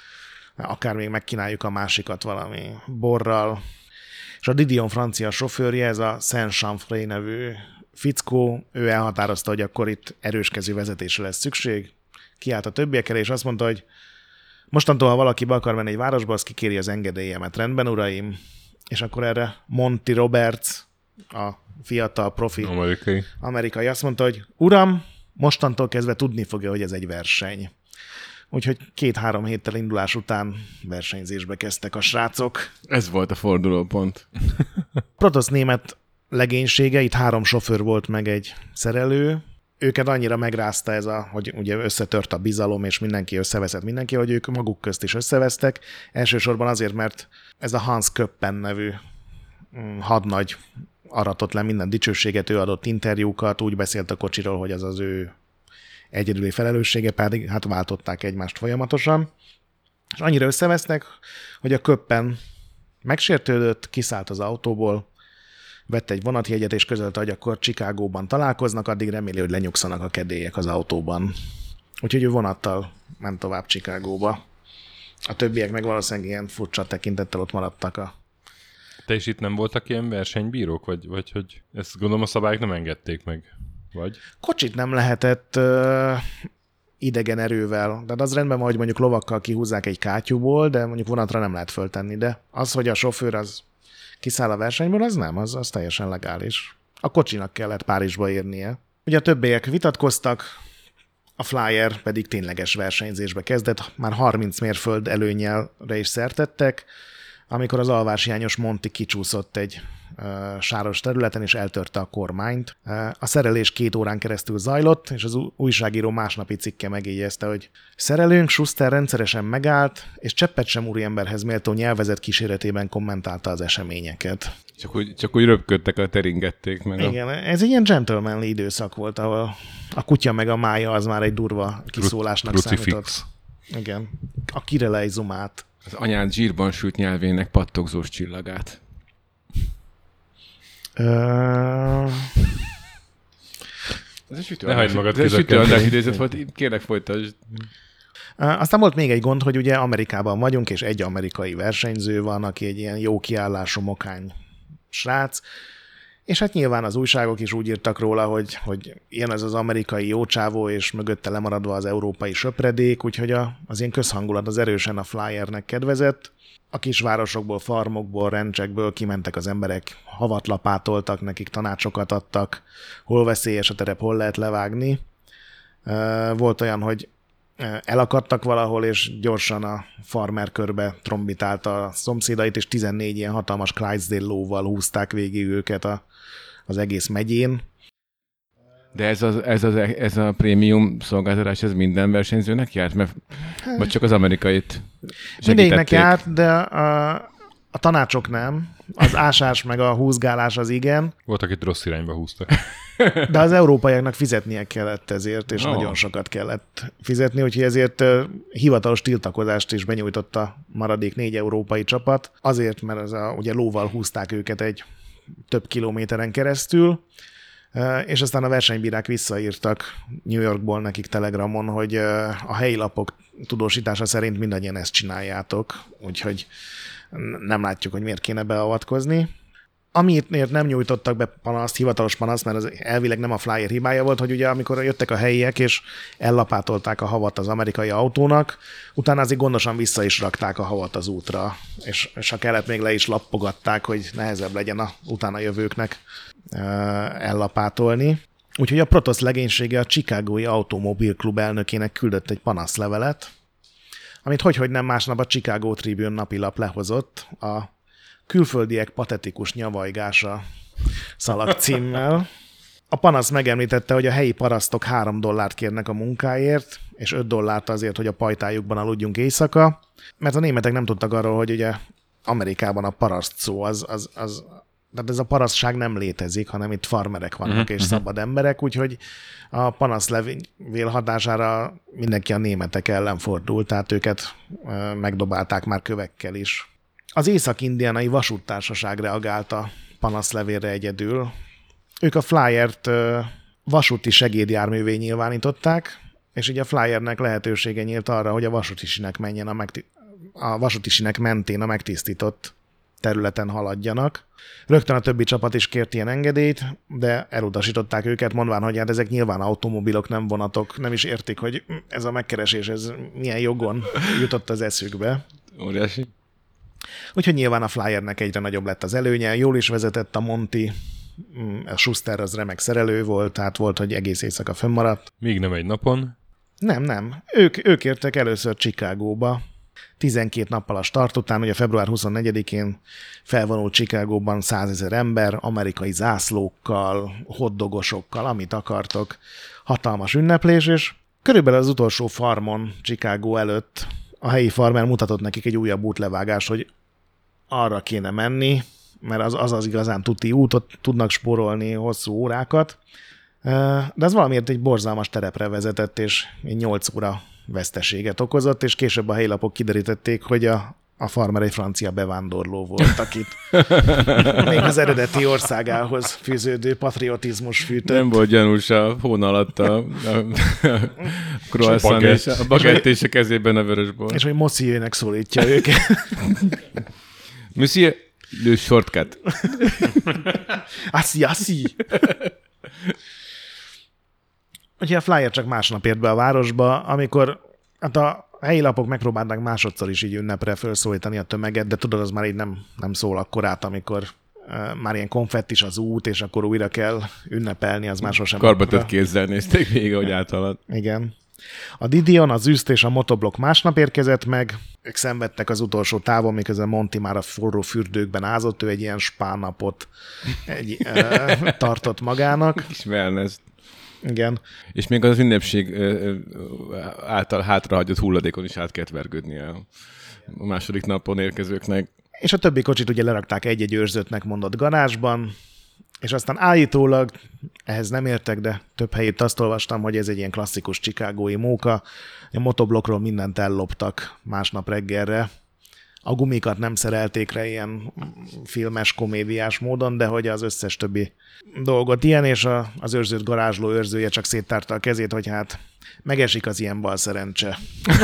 akár még megkínáljuk a másikat valami borral. És a Didion francia sofőrje, ez a Saint-Chanfray nevű fickó, ő elhatározta, hogy akkor itt erőskező vezetésre lesz szükség. Kiállt a többiek elé, és azt mondta, hogy mostantól, ha valaki be akar menni egy városba, az kikéri az engedélyemet. Rendben, uraim? És akkor erre Monty Roberts, a fiatal profi amerikai. amerikai azt mondta, hogy uram, mostantól kezdve tudni fogja, hogy ez egy verseny. Úgyhogy két-három héttel indulás után versenyzésbe kezdtek a srácok. Ez volt a fordulópont. Protosz német legénysége, itt három sofőr volt meg egy szerelő. Őket annyira megrázta ez a, hogy ugye összetört a bizalom, és mindenki összeveszett mindenki, hogy ők maguk közt is összevesztek. Elsősorban azért, mert ez a Hans Köppen nevű hadnagy aratott le minden dicsőséget, ő adott interjúkat, úgy beszélt a kocsiról, hogy az az ő egyedüli felelőssége, pedig hát váltották egymást folyamatosan. És annyira összevesztek, hogy a Köppen megsértődött, kiszállt az autóból, vett egy vonatjegyet, és közölte, hogy akkor Chicagóban találkoznak, addig reméli, hogy lenyugszanak a kedélyek az autóban. Úgyhogy ő vonattal ment tovább Chicagóba. A többiek meg valószínűleg ilyen furcsa tekintettel ott maradtak a... Te is itt nem voltak ilyen versenybírók, vagy, vagy hogy ezt gondolom a szabályok nem engedték meg, vagy? Kocsit nem lehetett uh, idegen erővel, de az rendben van, hogy mondjuk lovakkal kihúzzák egy kátyúból, de mondjuk vonatra nem lehet föltenni, de az, hogy a sofőr az kiszáll a versenyből, az nem, az, az teljesen legális. A kocsinak kellett Párizsba érnie. Ugye a többiek vitatkoztak, a Flyer pedig tényleges versenyzésbe kezdett, már harminc mérföld előnyelre is szertettek, amikor az alváshiányos Monty kicsúszott egy uh, sáros területen, és eltörte a kormányt. Uh, a szerelés két órán keresztül zajlott, és az újságíró másnapi cikke megjegyezte, hogy szerelőnk Schuster rendszeresen megállt, és cseppet sem úriemberhez méltó nyelvezet kíséretében kommentálta az eseményeket. Csak úgy, csak úgy röpködtek, a teringették meg. Igen, a... ez egy ilyen gentlemanly időszak volt, ahol a kutya meg a mája az már egy durva kiszólásnak Crucifix. számított. Igen, a kirelejzumát. Az anyád zsírban sült nyelvének pattogzós csillagát. Uh... Ez egy sütő, Ne hagyd magad ez egy sütő kizökkenni. idézet volt, kérlek folytasd. Uh, aztán volt még egy gond, hogy ugye Amerikában vagyunk, és egy amerikai versenyző van, aki egy ilyen jó kiállású mokány srác, és hát nyilván az újságok is úgy írtak róla, hogy, hogy ilyen ez az amerikai jócsávó, és mögötte lemaradva az európai söpredék, úgyhogy a, az ilyen közhangulat az erősen a Flyernek kedvezett. A kisvárosokból, farmokból, rencsekből kimentek az emberek, havat lapátoltak, nekik tanácsokat adtak, hol veszélyes a terep, hol lehet levágni. Volt olyan, hogy elakadtak valahol, és gyorsan a farmer körbe trombitálta a szomszédait, és tizennégy ilyen hatalmas Clydesdale lóval húzták végig őket a, az egész megyén. De ez, az, ez, az, ez a prémium szolgáltatás, ez minden versenyzőnek járt? Mert, vagy csak az amerikait Mindegyiknek járt, de a, a tanácsok nem. Az ásás meg a húzgálás az igen. Volt, akit rossz irányba húztak. De az európaiaknak fizetnie kellett ezért, és oh. nagyon sokat kellett fizetni, úgyhogy ezért uh, hivatalos tiltakozást is benyújtott a maradék négy európai csapat, azért, mert az a, ugye lóval húzták őket egy több kilométeren keresztül, uh, és aztán a versenybírák visszaírtak New Yorkból nekik telegramon, hogy uh, a helyi lapok tudósítása szerint mindannyian ezt csináljátok, úgyhogy nem látjuk, hogy miért kéne beavatkozni. Amiért nem nyújtottak be panaszt, hivatalos panaszt, mert az elvileg nem a Flyer hibája volt, hogy ugye amikor jöttek a helyiek, és ellapátolták a havat az amerikai autónak, utána azért gondosan vissza is rakták a havat az útra, és, és ha kellett, még le is lappogatták, hogy nehezebb legyen a utána jövőknek ellapátolni. Úgyhogy a Protosz legénysége a Chicagói Automobil Klub elnökének küldött egy panaszlevelet, amit hogyhogy nem másnap a Chicago Tribune napilap lehozott a külföldiek patetikus nyavajgása szalagcímmel. A panasz megemlítette, hogy a helyi parasztok három dollárt kérnek a munkáért, és öt dollárt azért, hogy a pajtájukban aludjunk éjszaka, mert a németek nem tudtak arról, hogy ugye Amerikában a paraszt szó az, az, az tehát ez a parasztság nem létezik, hanem itt farmerek vannak uh-huh. és szabad emberek, úgyhogy a panaszlevél hatására mindenki a németek ellen fordult, tehát őket megdobálták már kövekkel is. Az Észak-Indianai Vasúttársaság reagált a panaszlevélre egyedül. Ők a Flyert vasúti segédjárművé nyilvánították, és így a Flyernek lehetősége nyílt arra, hogy a vasútisinek menjen a, megti- a vasútisinek mentén a megtisztított területen haladjanak. Rögtön a többi csapat is kért ilyen engedélyt, de elutasították őket, mondván, hogy hát ezek nyilván automobilok, nem vonatok, nem is értik, hogy ez a megkeresés, ez milyen jogon jutott az eszükbe. Óriási. Úgyhogy nyilván a Flyernek egyre nagyobb lett az előnye, jól is vezetett a Monty, a Schuster az remek szerelő volt, tehát volt, hogy egész éjszaka fönnmaradt. Még nem egy napon. Nem, nem. Ők, ők értek először Chicagóba. tizenkét nappal a start után, ugye február huszonnegyedikén felvonult Chicagóban százezer ember, amerikai zászlókkal, hotdogosokkal, amit akartok. Hatalmas ünneplés, és körülbelül az utolsó farmon Chicago előtt a helyi farmer mutatott nekik egy újabb útlevágást, hogy arra kéne menni, mert az az, az igazán tuti útot, tudnak spórolni hosszú órákat, de ez valamiért egy borzalmas terepre vezetett, és nyolc óra veszteséget okozott, és később a helyi lapok kiderítették, hogy a, a farmer egy francia bevándorló volt, akit még az eredeti országához fűződő patriotizmus fűtött. Nem volt gyanús a hón alatt a, a, a croissant és a bagett és a kezében a vörösbor. És hogy Monsieur-nek szólítja őket. Monsieur, le shortcut. Assi, assi. Ugye a Flyer csak másnap ért be a városba, amikor hát a helyi lapok megpróbálták másodszor is így ünnepre felszólítani a tömeget, de tudod, az már így nem, nem szól akkorát, amikor uh, már ilyen konfettis az út, és akkor újra kell ünnepelni, az már sosem. Karbatett kézzel nézték végig, hogy áthalad. Igen. A Didion, az Üszt és a Motoblok másnap érkezett meg, ők szenvedtek az utolsó távon, miközben Monty már a forró fürdőkben ázott, ő egy ilyen spánapot egy, uh, tartott magának. Kis wellness. Igen. És még az ünnepség által hátrahagyott hulladékon is át kellett vergődnie a második napon érkezőknek. És a többi kocsit ugye lerakták egy-egy őrzöttnek mondott garázsban, és aztán állítólag, ehhez nem értek, de több helyét azt olvastam, hogy ez egy ilyen klasszikus chicagói móka, a motoblokról mindent elloptak másnap reggelre, A gumikat nem szerelték rá ilyen filmes, komédiás módon, de hogy az összes többi dolgot ilyen, és a, az őrzőt garázsló őrzője csak széttárta a kezét, hogy hát megesik az ilyen bal szerencse.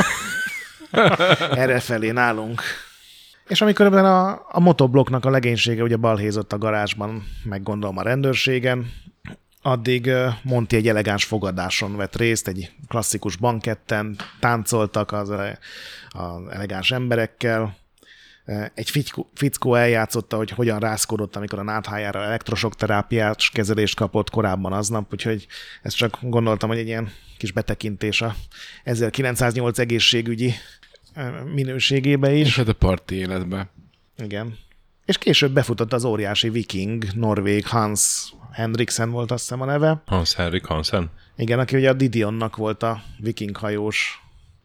Errefelé nálunk. És amikor ebben a, a motoblokknak a legénysége ugye balhézott a garázsban, meg gondolom a rendőrségen, addig Monty egy elegáns fogadáson vett részt, egy klasszikus banketten, táncoltak az, az elegáns emberekkel. Egy fickó, fickó eljátszotta, hogy hogyan rázkodott, amikor a náthájára elektrosok terápiás kezelést kapott korábban aznap, úgyhogy ezt csak gondoltam, hogy egy ilyen kis betekintés a ezerkilencszáznyolc egészségügyi minőségébe is. És hát a parti életbe. Igen. És később befutott az óriási viking, norvég Hans Henriksen volt azt hiszem a neve. Hans Henrik Hansen. Igen, aki ugye a Didionnak volt a viking hajós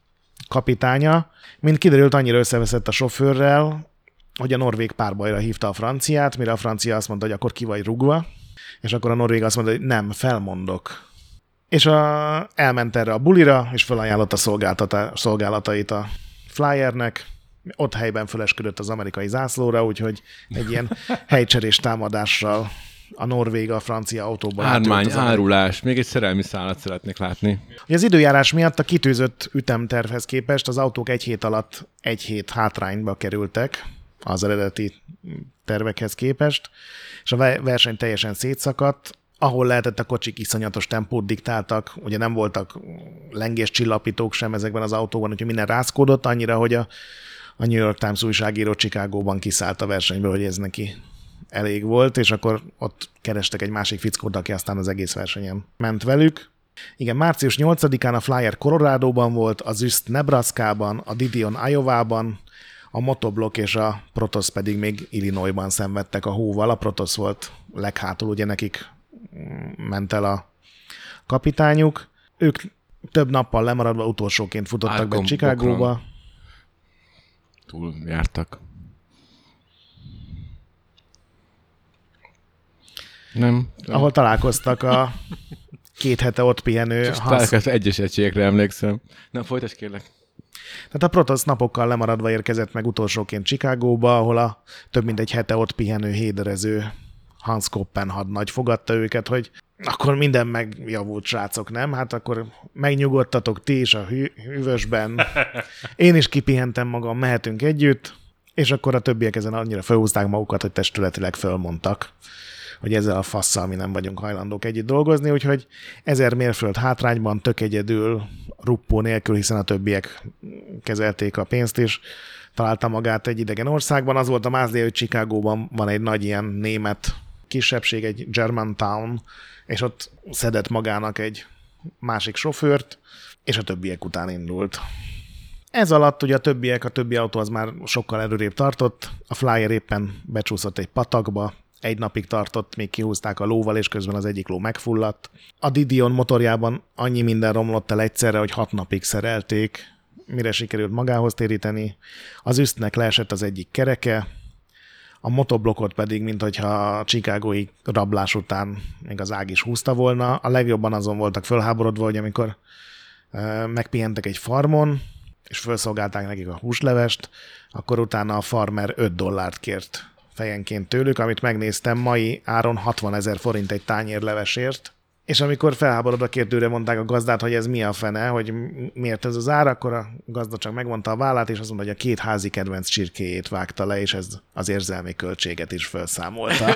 kapitánya. Mint kiderült, annyira összeveszett a sofőrrel, hogy a norvég párbajra hívta a franciát, mire a francia azt mondta, hogy akkor ki vagy rugva, és akkor a norvég azt mondta, hogy nem, felmondok. És a, elment erre a bulira, és felajánlott a szolgálatait a Flyernek, ott helyben fölesküdött az amerikai zászlóra, úgyhogy egy ilyen helycserés támadással a norvég a francia autóban. Ármány, árulás, még egy szerelmi szállat szeretnék látni. Az időjárás miatt a kitűzött ütemtervhez képest az autók egy hét alatt egy hét hátrányba kerültek az eredeti tervekhez képest, és a verseny teljesen szétszakadt. Ahol lehetett, a kocsik iszonyatos tempót diktáltak, ugye nem voltak lengéscsillapítók sem ezekben az autóban, úgyhogy minden rázkódott annyira, hogy a, a New York Times újságíró Chicagóban kiszállt a versenyből, hogy ez neki elég volt, és akkor ott kerestek egy másik fickót, aki aztán az egész versenyen ment velük. Igen, március nyolcadikán a Flyer Coloradóban volt, az Üst Nebraskában, a Didion Iowában, a Motoblock és a Protoss pedig még Illinoisban szenvedtek a hóval. A Protoss volt leghátul, ugye nekik ment el a kapitányuk. Ők több nappal lemaradva utolsóként futottak Árkon, be Chicagóba. Túl jártak. Nem. Ahol találkoztak a két hete ott pihenő... Csak Hans... az egyes egységekre emlékszem. Na, folytasd kérlek. Tehát a Protoss napokkal lemaradva érkezett meg utolsóként Chicagóba, ahol a több mint egy hete ott pihenő héderező Hans Koppen hadnagy fogadta őket, hogy akkor minden megjavult, srácok, nem? Hát akkor megnyugodtatok ti is a hű, hűvösben. Én is kipihentem magam, mehetünk együtt, és akkor a többiek ezen annyira felhúzták magukat, hogy testületileg fölmondtak, hogy ezzel a fasszal mi nem vagyunk hajlandók együtt dolgozni, úgyhogy ezer mérföld hátrányban tök egyedül, ruppó nélkül, hiszen a többiek kezelték a pénzt is, találta magát egy idegen országban. Az volt a mázlia, hogy Chicagóban van egy nagy ilyen német kisebbség, egy Germantown, és ott szedett magának egy másik sofőrt, és a többiek után indult. Ez alatt ugye a többiek, a többi autó az már sokkal előrébb tartott, a Flyer éppen becsúszott egy patakba, egy napig tartott, még kihúzták a lóval, és közben az egyik ló megfulladt. A Didion motorjában annyi minden romlott el egyszerre, hogy hat napig szerelték, mire sikerült magához téríteni. Az Üstnek leesett az egyik kereke, a motoblokkot pedig, minthogyha a chicagói rablás után még az ág is húzta volna. A legjobban azon voltak fölháborodva, hogy amikor e, megpihentek egy farmon, és felszolgálták nekik a húslevest, akkor utána a farmer öt dollárt kért fejenként tőlük, amit megnéztem, mai áron hatvanezer forint egy tányér levesért, és amikor felháborodva kérdőre mondták a gazdát, hogy ez mi a fene, hogy miért ez az ár, akkor a gazda csak megmondta a vállát, és azt mondta, hogy a két házi kedvenc csirkéjét vágta le, és ez az érzelmi költséget is felszámolta.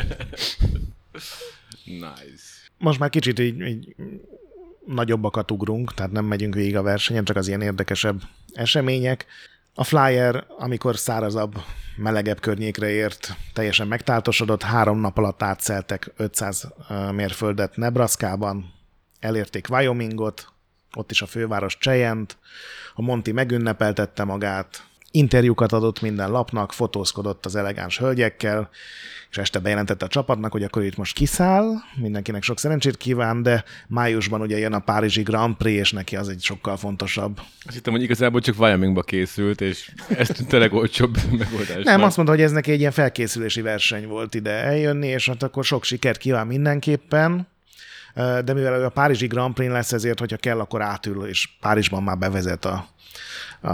Nice. Most már kicsit így, így nagyobbakat ugrunk, tehát nem megyünk végig a versenyen, csak az ilyen érdekesebb események. A Flyer, amikor szárazabb, melegebb környékre ért, teljesen megtáltosodott, három nap alatt átszeltek ötszáz mérföldet Nebraskában, elérték Wyomingot, ott is a főváros Cheyenne-t, a Monty megünnepeltette magát, interjúkat adott minden lapnak, fotózkodott az elegáns hölgyekkel, és este bejelentette a csapatnak, hogy akkor itt most kiszáll, mindenkinek sok szerencsét kíván, de májusban ugye jön a Párizsi Grand Prix, és neki az egy sokkal fontosabb. Azt hittem, hogy igazából csak Wyomingba készült, és ez tűnt a legolcsóbb megoldás. Nem, azt mondta, hogy ez neki egy ilyen felkészülési verseny volt ide eljönni, és hát akkor sok sikert kíván mindenképpen. de mivel ő a Párizsi Grand Prix lesz, ezért, hogyha kell, akkor átül, és Párizsban már bevezet a, a,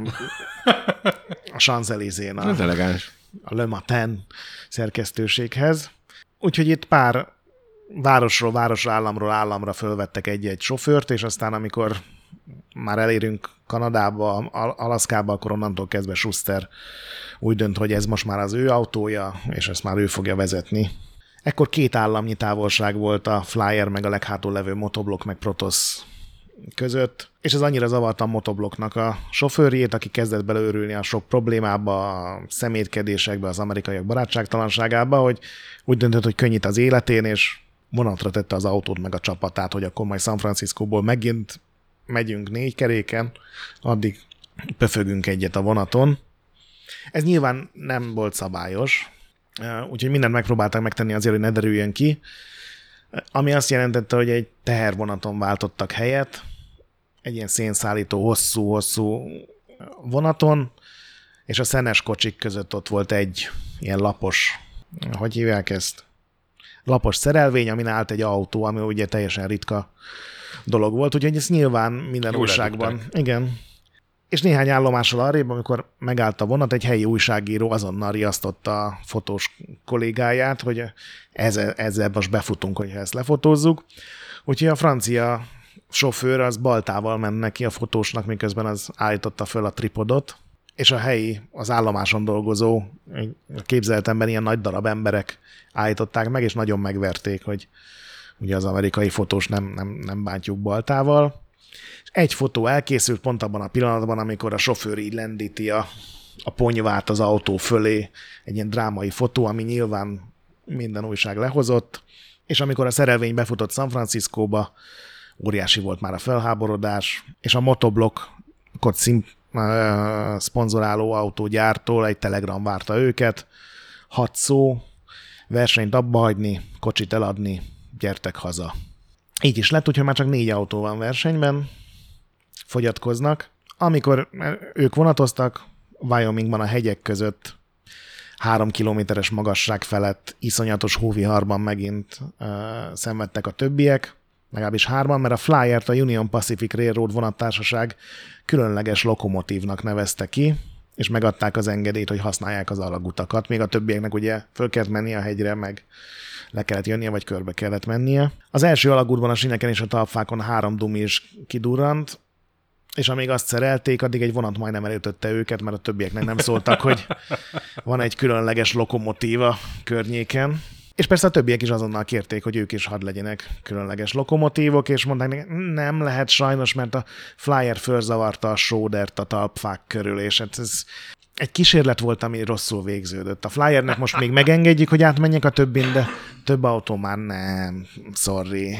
a Champs-Élysén, a, Ez elegáns. a Le Matin szerkesztőséghez. Úgyhogy itt pár városról, városra, államról államra fölvettek egy-egy sofőrt, és aztán amikor már elérünk Kanadába, Alaszkába, akkor onnantól kezdve Schuster úgy dönt, hogy ez most már az ő autója, és ezt már ő fogja vezetni. Ekkor két államnyi távolság volt a Flyer, meg a leghátul levő Motoblok, meg Protoss között, és ez annyira zavarta a Motobloknak a sofőrjét, aki kezdett beleőrülni a sok problémába, a szemétkedésekbe, az amerikaiak barátságtalanságába, hogy úgy döntött, hogy könnyít az életén, és vonatra tette az autót meg a csapatát, hogy akkor majd San Franciscóból megint megyünk négy keréken, addig pöfögünk egyet a vonaton. Ez nyilván nem volt szabályos, úgyhogy mindent megpróbálták megtenni azért, hogy ne derüljön ki, ami azt jelentette, hogy egy tehervonaton váltottak helyet, egy ilyen szénszállító hosszú-hosszú vonaton, és a szenes kocsik között ott volt egy ilyen lapos, hogy hívják ezt? Lapos szerelvény, amin állt egy autó, ami ugye teljesen ritka dolog volt, úgyhogy ez nyilván minden Jól újságban. ledugták. Igen. És néhány állomással arrébb, amikor megállt a vonat, egy helyi újságíró azonnal riasztotta a fotós kollégáját, hogy ezzel, ezzel most befutunk, hogyha ezt lefotózzuk. Úgyhogy a francia sofőr az baltával ment neki a fotósnak, miközben az állította föl a tripodot, és a helyi, az állomáson dolgozó, a képzeletemben ilyen nagy darab emberek állították meg, és nagyon megverték, hogy ugye az amerikai fotós nem, nem, nem bántjuk baltával. Egy fotó elkészült pont abban a pillanatban, amikor a sofőr így lendíti a, a ponyvát az autó fölé, egy ilyen drámai fotó, ami nyilván minden újság lehozott, és amikor a szerelvény befutott San Franciscóba, óriási volt már a felháborodás, és a Motoblokkot szim, uh, szponzoráló autógyártól egy telegram várta őket, hat szó, versenyt abba hagyni, kocsit eladni, gyertek haza. Így is lett, úgyhogy már csak négy autó van versenyben, fogyatkoznak. Amikor ők vonatoztak, Wyomingban a hegyek között három kilométeres magasság felett iszonyatos hóviharban megint uh, szenvedtek a többiek, legalábbis hárman, mert a Flyert a Union Pacific Railroad vonattársaság különleges lokomotívnak nevezte ki, és megadták az engedélyt, hogy használják az alagutakat. Még a többieknek ugye föl kellett menni a hegyre, meg le kellett jönnie, vagy körbe kellett mennie. Az első alagútban a síneken és a talpfákon három dumi is kidurrant, és amíg azt szerelték, addig egy vonat majdnem elütötte őket, mert a többieknek nem szóltak, hogy van egy különleges lokomotíva környéken. És persze a többiek is azonnal kérték, hogy ők is hadd legyenek különleges lokomotívok, és mondták neki, nem lehet sajnos, mert a Flyer fölzavarta a sódert a talpfák körül, és ez egy kísérlet volt, ami rosszul végződött. A Flyernek most még megengedjük, hogy átmenjek a többin, de több autó már nem, sorry.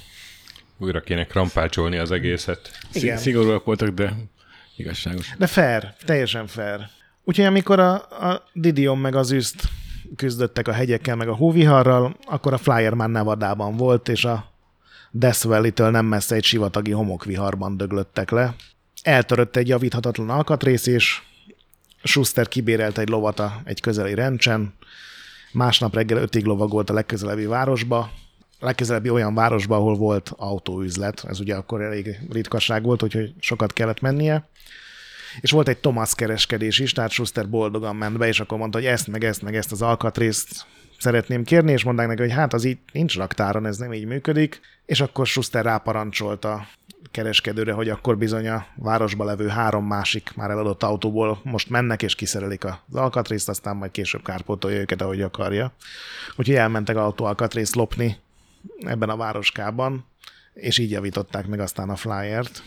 Újra kéne krampácsolni az egészet. Igen. Szigorúak voltak, de igazságos. De fair, teljesen fair. Úgyhogy amikor a, a Didion meg az Üszt küzdöttek a hegyekkel, meg a hóviharral, akkor a Flyer már Nevadában volt, és a Death Valley-től nem messze egy sivatagi homokviharban döglöttek le. Eltörött egy javíthatatlan alkatrész, és Schuster kibérelt egy lovat a, egy közeli rencsen, másnap reggel ötig lovagolt a legközelebbi városba, a legközelebbi olyan városba, ahol volt autóüzlet, ez ugye akkor elég ritkaság volt, úgyhogy sokat kellett mennie, és volt egy Thomas kereskedés is, tehát Schuster boldogan ment be, és akkor mondta, hogy ezt, meg ezt, meg ezt az alkatrészt szeretném kérni, és mondták neki, hogy hát az itt nincs raktáron, ez nem így működik, és akkor Schuster ráparancsolt a kereskedőre, hogy akkor bizony a városba levő három másik már eladott autóból most mennek, és kiszerelik az alkatrészt, aztán majd később kárpótolja őket, ahogy akarja. Úgyhogy elmentek autóalkatrészt lopni ebben a városkában, és így javították meg aztán a Flyert.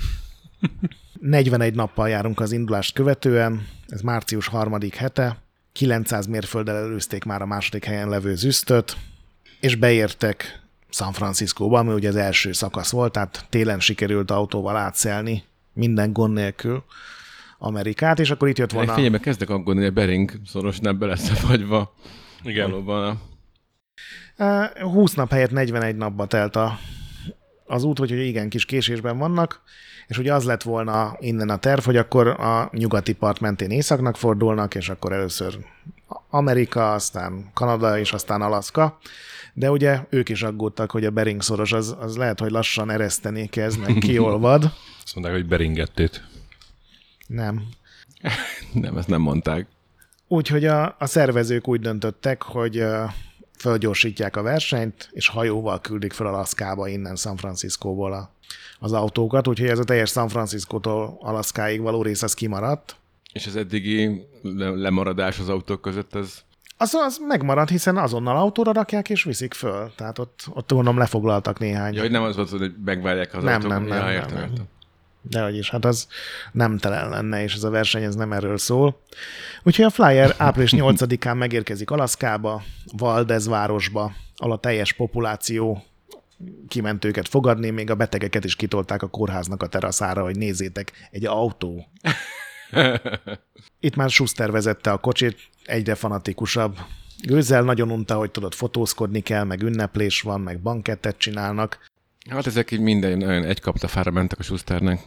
negyvenegy nappal járunk az indulást követően, ez március harmadik hete, kilencszáz mérfölddel előzték már a második helyen levő Züsztöt, és beértek San Franciscóba, ami ugye az első szakasz volt, tehát télen sikerült autóval átszelni minden gond nélkül Amerikát, és akkor itt jött volna... Figyelme, kezdek aggódni, hogy a Bering szorosnál be lesz fagyva. Igen. Valóban. húsz nap helyett negyvenegy napba telt a, az út, hogy igen, kis késésben vannak, és ugye az lett volna innen a terv, hogy akkor a nyugati part mentén északnak fordulnak, és akkor először Amerika, aztán Kanada, és aztán Alaszka. De ugye ők is aggódtak, hogy a Bering szoros az, az lehet, hogy lassan ereszteni kezd, meg kiolvad. Azt mondták, hogy Beringettét. Nem. Nem, ezt nem mondták. Úgyhogy a, a szervezők úgy döntöttek, hogy uh, fölgyorsítják a versenyt, és hajóval küldik fel Alaszkába innen San Franciscóból a, az autókat, úgyhogy ez a teljes San Franciscótól Alaszkáig való rész az kimaradt. És az eddigi le- lemaradás az autók között, az... Az, az megmarad, hiszen azonnal autóra rakják és viszik föl. Tehát ott, ott gondolom lefoglaltak néhány. Ja, hogy nem az volt, hogy megvárják az nem, autók. nem, nem, ja, nem, értem, nem. értem. Dehogy is, hát az nemtelen lenne, és ez a verseny ez nem erről szól. Úgyhogy a Flyer április nyolcadikán megérkezik Alaszkába, Valdez városba, ahol a teljes populáció kiment őket fogadni, még a betegeket is kitolták a kórháznak a teraszára, hogy nézzétek, egy autó. Itt már Schuster vezette a kocsit, egyre fanatikusabb. Gőzzel nagyon unta, hogy tudod, fotózkodni kell, meg ünneplés van, meg bankettet csinálnak. Hát ezek így minden olyan egy kaptafára mentek a Schusternek.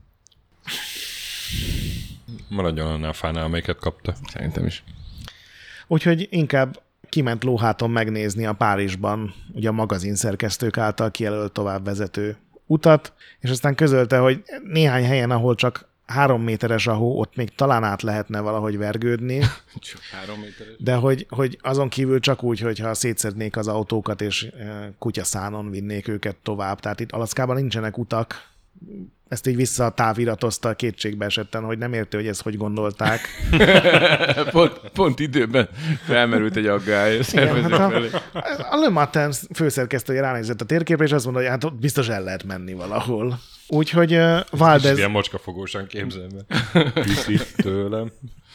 Maradjon annál fánál, amelyiket kapta. Szerintem is. Úgyhogy inkább kiment lóháton megnézni a Párizsban ugye a magazinszerkesztők által kijelölt továbbvezető utat, és aztán közölte, hogy néhány helyen, ahol csak három méteres a hó, ott még talán át lehetne valahogy vergődni. Csak három méteres. De hogy, hogy azon kívül csak úgy, hogyha szétszednék az autókat, és kutyaszánon vinnék őket tovább. Tehát itt Alaszkában nincsenek utak. Ezt így visszatáviratozta kétségbe esetten, hogy nem érti, hogy ezt hogy gondolták. pont, pont időben felmerült egy aggály. Igen, hát a, a Le Matin főszerkesztője ránézett a térképre, és azt mondta, hogy hát ott biztos el lehet menni valahol. Úgyhogy uh, Valdez... Ilyen mocskafogósan képzelve. Viszi tőlem.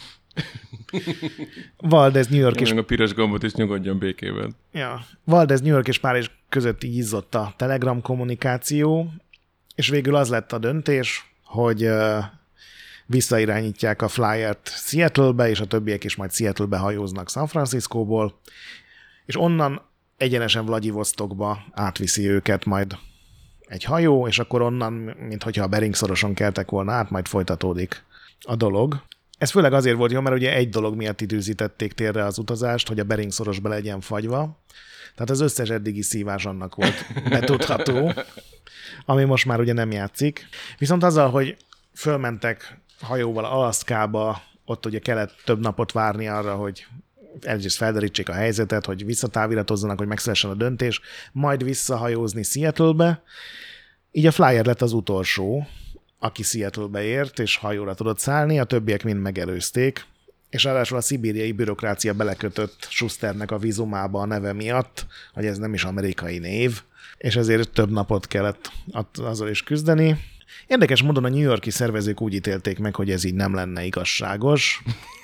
Valdez, New York és... a piros gombot is nyugodjon békében. Ja. Valdez, New York és Párizs között így izzott a Telegram kommunikáció, és végül az lett a döntés, hogy uh, visszairányítják a Flyert Seattle-be, és a többiek is majd Seattle-be hajóznak San Franciscóból, és onnan egyenesen Vladivostokba átviszi őket majd egy hajó, és akkor onnan, minthogyha a Bering szoroson keltek volna át, majd folytatódik a dolog. Ez főleg azért volt jó, mert ugye egy dolog miatt időzítették térre az utazást, hogy a Bering szoros be legyen fagyva. Tehát az összes eddigi szívás annak volt betudható, ami most már ugye nem játszik. Viszont azzal, hogy fölmentek hajóval Alaszkába, ott ugye kellett több napot várni arra, hogy egyrészt felderítsék a helyzetet, hogy visszatáviratozzanak, hogy megszülessen a döntés, majd visszahajózni Seattle-be. Így a Flyer lett az utolsó, aki Seattle-be ért, és hajóra tudott szállni, a többiek mind megelőzték, és ráadásul a szibériai bürokrácia belekötött Schusternek a vízumába a neve miatt, hogy ez nem is amerikai név, és ezért több napot kellett azzal is küzdeni. Érdekes módon a New York-i szervezők úgy ítélték meg, hogy ez így nem lenne igazságos,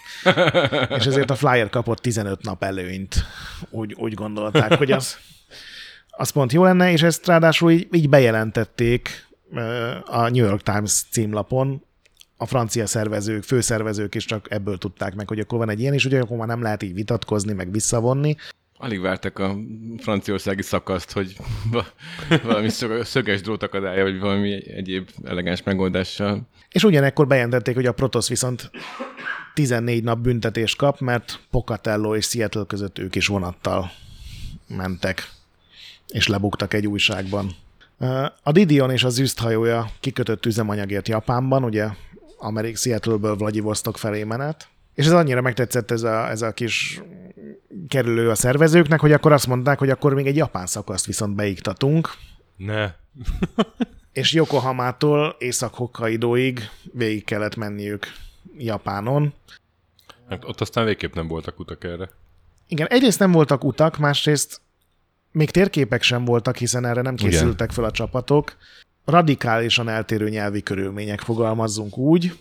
és ezért a Flyer kapott tizenöt nap előnyt. Úgy, úgy gondolták, hogy az, az pont jó lenne, és ezt ráadásul így, így bejelentették a New York Times címlapon. A francia szervezők, főszervezők is csak ebből tudták meg, hogy akkor van egy ilyen, és ugye akkor már nem lehet így vitatkozni, meg visszavonni. Alig vártak a franciaországi szakaszt, hogy valami szöges drótakadálya, vagy valami egyéb elegáns megoldással. És ugyanekkor bejelentették, hogy a Protosz viszont tizennégy nap büntetést kap, mert Pocatello és Seattle között ők is vonattal mentek, és lebuktak egy újságban. A Didion és az Züst hajója kikötött üzemanyagért Japánban, ugye Amerik Seattle-ből Vladivostok felé menet, és ez annyira megtetszett ez a, ez a kis kerülő a szervezőknek, hogy akkor azt mondták, hogy akkor még egy japán szakaszt viszont beiktatunk. Ne. És Yokohamától Észak-Hokkaidoig végig kellett menniük Japánon. Hát ott aztán végképp nem voltak utak erre. Igen, egyrészt nem voltak utak, másrészt még térképek sem voltak, hiszen erre nem készültek fel a csapatok. Radikálisan eltérő nyelvi körülmények, fogalmazzunk úgy.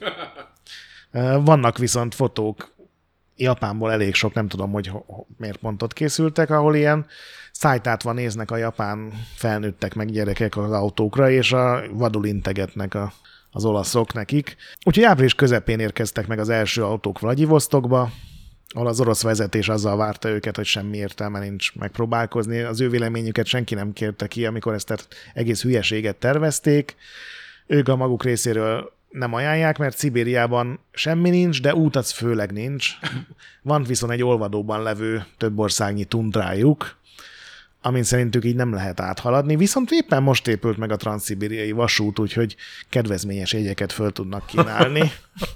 Vannak viszont fotók, Japánból elég sok, nem tudom, hogy miért pont ott készültek, ahol ilyen szájtátva néznek a japán felnőttek meg gyerekek az autókra, és a vadul integetnek a, az olaszok nekik. Úgyhogy április közepén érkeztek meg az első autók Vladivostokba, ahol az orosz vezetés azzal várta őket, hogy semmi értelme nincs megpróbálkozni. Az ő véleményüket senki nem kérte ki, amikor ezt az egész hülyeséget tervezték. Ők a maguk részéről nem ajánlják, mert Szibériában semmi nincs, de út az főleg nincs. Van viszont egy olvadóban levő több országnyi tundrájuk, amin szerintük így nem lehet áthaladni, viszont éppen most épült meg a transzszibériai vasút, úgyhogy kedvezményes jegyeket föl tudnak kínálni.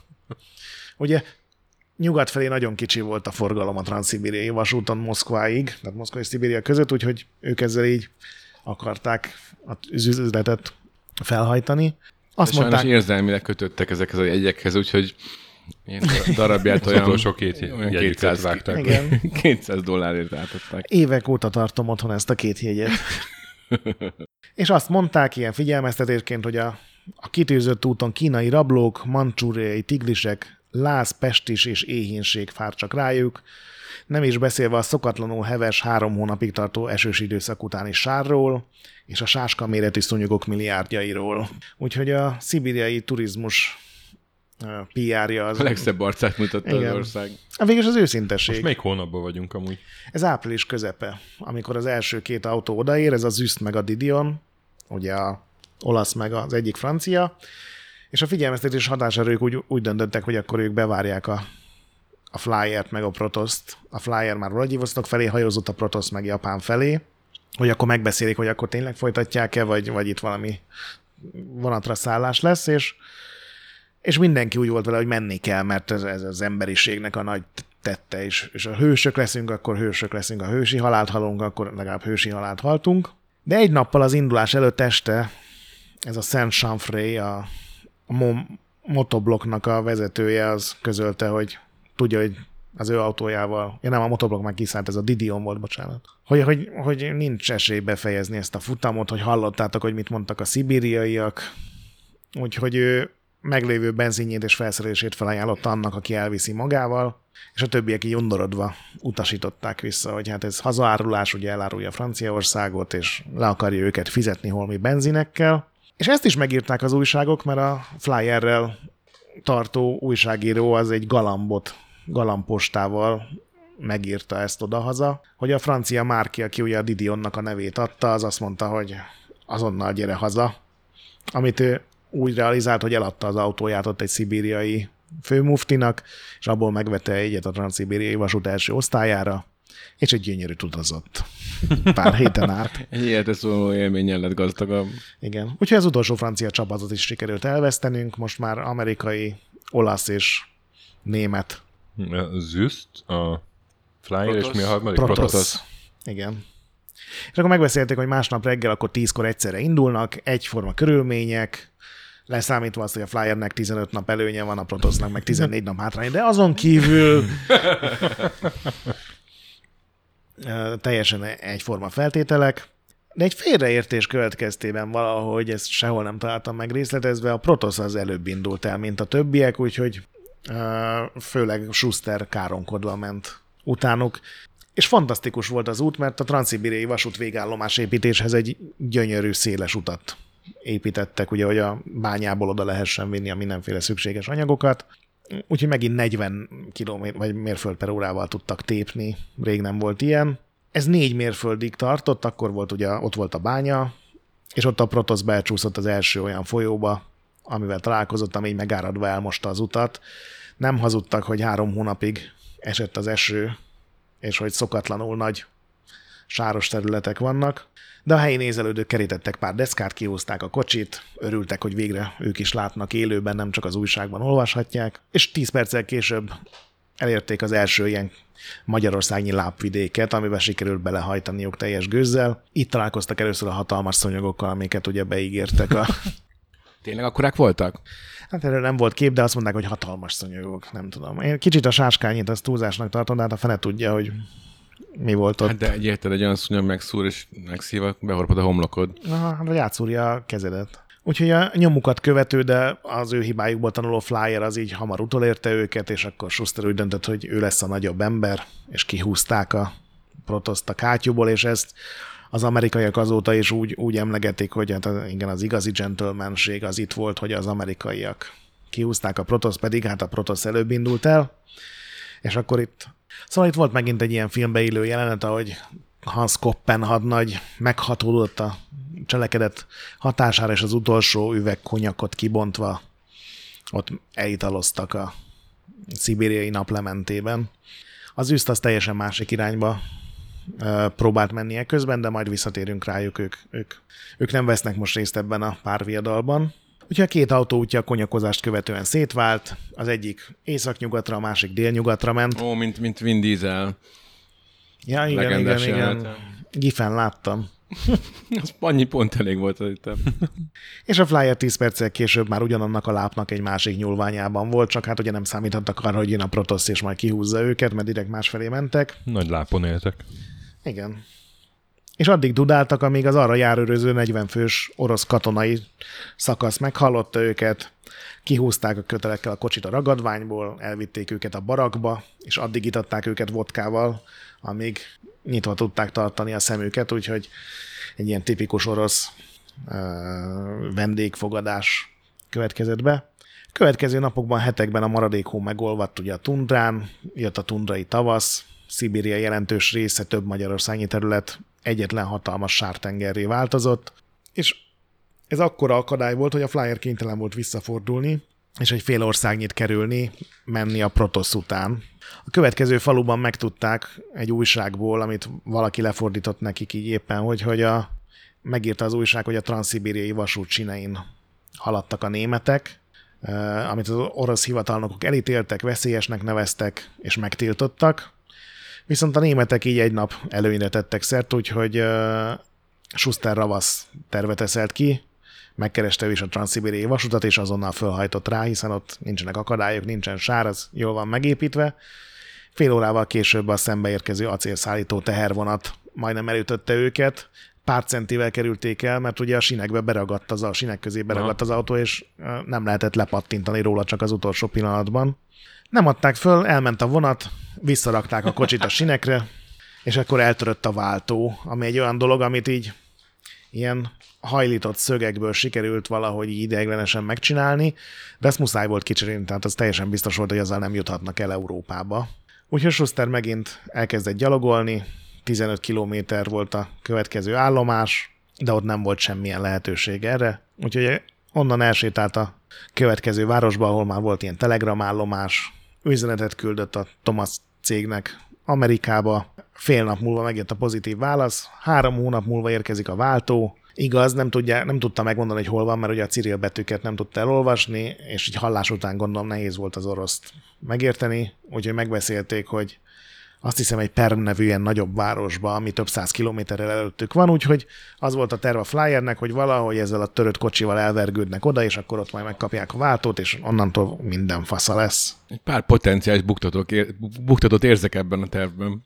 Ugye nyugat felé nagyon kicsi volt a forgalom a transzszibériai vasúton Moszkváig, tehát Moszkva és Szibéria között, úgyhogy ők ezzel így akarták az üzletet felhajtani. Azt De mondták, sajnos érzelmileg kötöttek ezekhez a jegyekhez, úgyhogy én darabját Az olyan, utolsó két olyan jegyüket kétszáz, vágták. igen, kétszáz dollárért átadták. évek óta tartom otthon ezt a két jegyet. És azt mondták ilyen figyelmeztetésként, hogy a, a kitűzött úton kínai rablók, mancsúriai tigrisek, láz, pestis és éhínség vár csak rájuk, nem is beszélve a szokatlanul heves három hónapig tartó esős időszak utáni sárról, és a sáska méretű szúnyogok milliárdjairól. Úgyhogy a szibériai turizmus pé er-ja az... A legszebb arcát mutatta Igen. az ország. A végülis az őszintesség. Most melyik hónapban vagyunk amúgy? Ez április közepe, amikor az első két autó odaér, ez a Züst meg a Didion, ugye a olasz meg az egyik francia, és a figyelmeztetés hatására ők úgy, úgy döntöttek, hogy akkor ők bevárják a, a Flyert meg a Protoszt. A Flyer már Vladivostok felé hajózott, a Protosz meg Japán felé, hogy akkor megbeszélik, hogy akkor tényleg folytatják-e, vagy, vagy itt valami vonatra szállás lesz, és, és mindenki úgy volt vele, hogy menni kell, mert ez, ez az emberiségnek a nagy tette, és, és a hősök leszünk, akkor hősök leszünk, a hősi halált halunk, akkor legalább hősi halált haltunk. De egy nappal az indulás előtt este ez a Saint Chanfray, a, a Mo- motoblokknak a vezetője, az közölte, hogy tudja, hogy az ő autójával, ja nem, a motoblok már kiszállt, ez a Didion volt, bocsánat, hogy, hogy, hogy nincs esély befejezni ezt a futamot, hogy hallottátok, hogy mit mondtak a szibériaiak, úgyhogy ő meglévő benzinjét és felszerelését felajánlotta annak, aki elviszi magával, és a többiek így undorodva utasították vissza, hogy hát ez hazaárulás, ugye elárulja Franciaországot, és le akarja őket fizetni holmi benzinekkel. És ezt is megírták az újságok, mert a Flyerrel tartó újságíró az egy galambot, galambpostával megírta ezt odahaza, hogy a francia márki, aki ugye a Didionnak a nevét adta, az azt mondta, hogy azonnal gyere haza, amit ő úgy realizált, hogy eladta az autóját ott egy szibériai főmuftinak, és abból megvette egyet a transzszibériai vasút első osztályára, és egy gyönyörűt utazott pár héten át. Egy életre szóló élménnyel lett gazdagabb. Igen. Úgyhogy az utolsó francia csapatot is sikerült elvesztenünk, most már amerikai, olasz és német. Züst, a Flyer, Protosz. és mi a harmadik? Protosz. Protosz. Igen. És akkor megbeszélték, hogy másnap reggel akkor tízkor egyszerre indulnak, egyforma körülmények, leszámítva azt, hogy a Flyernek tizenöt nap előnye van, a Protosznak meg tizennégy nap hátrány, de azon kívül teljesen egyforma feltételek. De egy félreértés következtében valahogy, ezt sehol nem találtam meg részletezve, a Protosz az előbb indult el, mint a többiek, úgyhogy főleg Schuster káronkodva ment utánuk. És fantasztikus volt az út, mert a transzszibériai vasút végállomás építéshez egy gyönyörű széles utat építettek, ugye, hogy a bányából oda lehessen vinni a mindenféle szükséges anyagokat. Úgyhogy megint negyven kilométer vagy mérföld per órával tudtak tépni, rég nem volt ilyen. Ez négy mérföldig tartott, akkor volt ugye, ott volt a bánya, és ott a Protosz becsúszott az első olyan folyóba, amivel találkozott, ami így megáradva elmosta az utat. Nem hazudtak, hogy három hónapig esett az eső, és hogy szokatlanul nagy sáros területek vannak, de a helyi nézelődők kerítettek pár deszkát, kihúzták a kocsit, örültek, hogy végre ők is látnak élőben, nem csak az újságban olvashatják, és tíz perccel később elérték az első ilyen magyarországnyi lábvidéket, amiben sikerült belehajtaniuk teljes gőzzel. Itt találkoztak először a hatalmas szonyogokkal, amiket ugye beígértek a... Tényleg akkorák voltak? Hát erről nem volt kép, de azt mondták, hogy hatalmas szonyogok, nem tudom. Én kicsit a sáskányit azt túlzásnak tartom, de hát a fene tudja, hogy mi volt ott. Hát de egy érted, egy olyan szúnyog megszúr, és megszív, behorpad a homlokod. Aha, hát vagy átszúrja a kezedet. Úgyhogy a nyomukat követő, de az ő hibájukból tanuló Flyer az így hamar utolérte őket, és akkor Schuster úgy döntött, hogy ő lesz a nagyobb ember, és kihúzták a Protoszt a kátyúból, és ezt az amerikaiak azóta is úgy, úgy emlegetik, hogy hát igen, az igazi gentlemanség az itt volt, hogy az amerikaiak kihúzták a Protosz, pedig hát a Protosz előbb indult el, és akkor itt Szóval itt volt megint egy ilyen filmbe illő jelenet, ahogy Hans Koppen hadnagy meghatódott a cselekedet hatására, és az utolsó üveg konyakot kibontva ott elitaloztak a szibériai naplementében. Az űzt az teljesen másik irányba próbált mennie közben, de majd visszatérünk rájuk, ők, ők, ők nem vesznek most részt ebben a párviadalban. Úgyhogy a két autó útja a konyakozást követően szétvált, az egyik északnyugatra, a másik délnyugatra ment. Ó, mint, mint Vin Diesel. Ja, igen, Legendás igen, igen. jelenet. Gifen láttam. Az annyi pont elég volt az itt. És a Flyer tíz perccel később már ugyanannak a lápnak egy másik nyúlványában volt, csak hát ugye nem számítottak arra, hogy jön a Protoss és majd kihúzza őket, mert direkt másfelé mentek. Nagy lápon éltek. Igen. És addig dudáltak, amíg az arra járőröző negyven fős orosz katonai szakasz meghallotta őket, kihúzták a kötelekkel a kocsit a ragadványból, elvitték őket a barakba, és addig itatták őket vodkával, amíg nyitva tudták tartani a szemüket, úgyhogy egy ilyen tipikus orosz uh, vendégfogadás következett be. Következő napokban, hetekben a maradék hó megolvadt ugye a tundrán, jött a tundrai tavasz, Szibéria jelentős része, több magyarországi terület egyetlen hatalmas sártengerré változott, és ez akkora akadály volt, hogy a Flyer kénytelen volt visszafordulni, és egy fél országnyit kerülni, menni a Protoss után. A következő faluban megtudták egy újságból, amit valaki lefordított nekik így éppen, hogy, hogy a, megírta az újság, hogy a transzszibériai vasút sinein haladtak a németek, amit az orosz hivatalnokok elítéltek, veszélyesnek neveztek és megtiltottak. Viszont a németek így egy nap előnyre tettek szert, úgyhogy uh, Schuster ravasz tervet eszelt ki, megkereste ő is a transzszibériai vasutat, és azonnal fölhajtott rá, hiszen ott nincsenek akadályok, nincsen sár, az jól van megépítve. Fél órával később a szembeérkező acélszállító tehervonat majdnem elütötte őket, pár centivel kerülték el, mert ugye a sinekbe beragadt az, a sinek közé beragadt az autó, és uh, nem lehetett lepattintani róla csak az utolsó pillanatban. Nem adták föl, elment a vonat, visszarakták a kocsit a sinekre, és akkor eltörött a váltó, ami egy olyan dolog, amit így ilyen hajlított szögekből sikerült valahogy ideiglenesen megcsinálni, de ezt muszáj volt kicserélni, tehát az teljesen biztos volt, hogy azzal nem juthatnak el Európába. Úgyhogy Schuster megint elkezdett gyalogolni, tizenöt kilométer volt a következő állomás, de ott nem volt semmilyen lehetőség erre, úgyhogy onnan elsétált a következő városba, ahol már volt ilyen telegramállomás, üzenetet küldött a Thomas cégnek Amerikába, fél nap múlva megjött a pozitív válasz, három hónap múlva érkezik a váltó, igaz, nem, tudja, nem tudta megmondani, hogy hol van, mert ugye a Cyril betűket nem tudta elolvasni, és így hallás után gondolom nehéz volt az oroszt megérteni, úgyhogy megbeszélték, hogy azt hiszem egy Perm nevű ilyen nagyobb városba, ami több száz kilométerrel előttük van, úgyhogy az volt a terv a Flyernek, hogy valahogy ezzel a törött kocsival elvergődnek oda, és akkor ott majd megkapják a váltót, és onnantól minden fasza lesz. Egy pár potenciális buktatók, buktatót érzek ebben a tervben.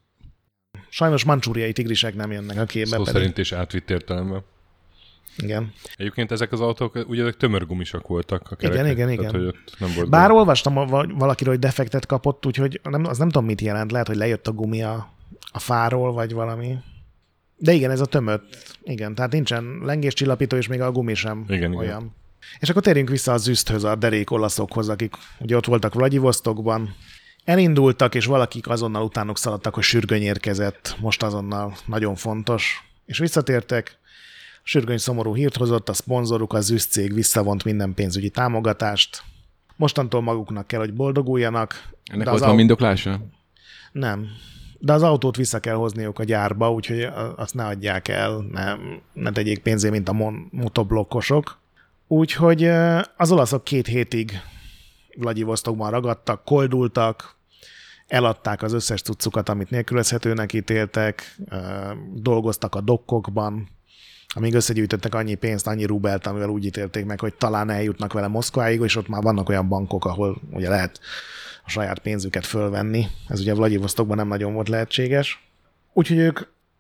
Sajnos mancsúriai tigrisek nem jönnek a képbe. Szó pedig. szerint is átvitt értelemben. Igen. Egyébként ezek az autók ugye ezek tömörgumisak voltak a kerekek. Igen, igen, igen. Tehát, hogy ott nem volt Bár gond. olvastam valakiről, hogy defektet kapott, úgyhogy nem, az nem tudom, mit jelent. Lehet, hogy lejött a gumi a, a fáról, vagy valami. De igen, ez a tömött. Igen, tehát nincsen lengéscsillapító, és még a gumi sem Igen, olyan. igen. És akkor térjünk vissza az üsthöz, a derék olaszokhoz, akik ugye ott voltak Vladivostokban. Elindultak, és valakik azonnal utánuk szaladtak, hogy sürgöny érkezett. Most azonnal nagyon fontos. És visszatértek. A sürgöny szomorú hírt hozott, a szponzoruk, az üszt cég visszavont minden pénzügyi támogatást. Mostantól maguknak kell, hogy boldoguljanak. Ennek de volt az van au- indoklása? Nem. De az autót vissza kell hozniuk a gyárba, úgyhogy azt ne adják el, ne, ne tegyék pénzé, mint a mon- motoblokkosok. Úgyhogy az olaszok két hétig Vladivostokban ragadtak, koldultak, eladták az összes cuccukat, amit nélkülözhetőnek ítéltek, dolgoztak a dokkokban, amíg összegyűjtöttek annyi pénzt, annyi rubelt, amivel úgy ítélték meg, hogy talán eljutnak vele Moszkváig, és ott már vannak olyan bankok, ahol ugye lehet a saját pénzüket fölvenni. Ez ugye Vladivostokban nem nagyon volt lehetséges. Úgyhogy ők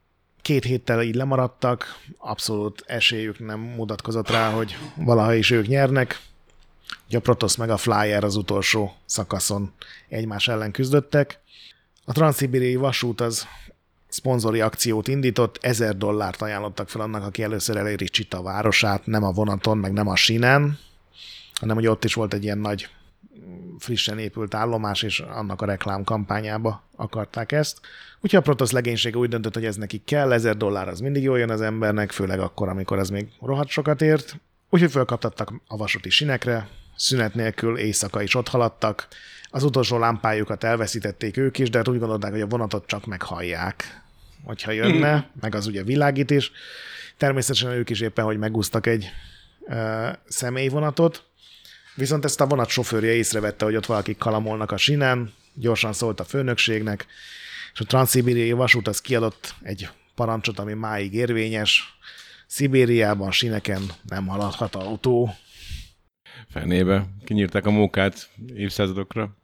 két héttel így lemaradtak, abszolút esélyük nem mutatkozott rá, hogy valaha is ők nyernek. Ugye a Protoss meg a Flyer az utolsó szakaszon egymás ellen küzdöttek. A transzszibériai vasút az szponzori akciót indított, ezer dollárt ajánlottak fel annak, aki először eléri Csita városát, nem a vonaton, meg nem a sínen, hanem hogy ott is volt egy ilyen nagy frissen épült állomás, és annak a reklámkampányába akarták ezt. Úgyhogy a Protosz legénysége úgy döntött, hogy ez nekik kell, ezer dollár az mindig jól jön az embernek, főleg akkor, amikor az még rohadt sokat ért. Úgyhogy fölkaptattak a vasúti sinekre, szünet nélkül éjszaka is ott haladtak. Az utolsó lámpájukat elveszítették ők is, de hát úgy gondolták, hogy a vonatot csak meghallják, hogyha jönne, mm. meg az ugye világít is. Természetesen ők is éppen, hogy megúsztak egy uh, személyvonatot, viszont ezt a vonat sofőrje észrevette, hogy ott valakik kalamolnak a sinen, gyorsan szólt a főnökségnek, és a Transzszibériai vasút az kiadott egy parancsot, ami máig érvényes. Szibériában sineken nem haladhat autó. Fenébe. Kinyírták a mókát évszázadokra.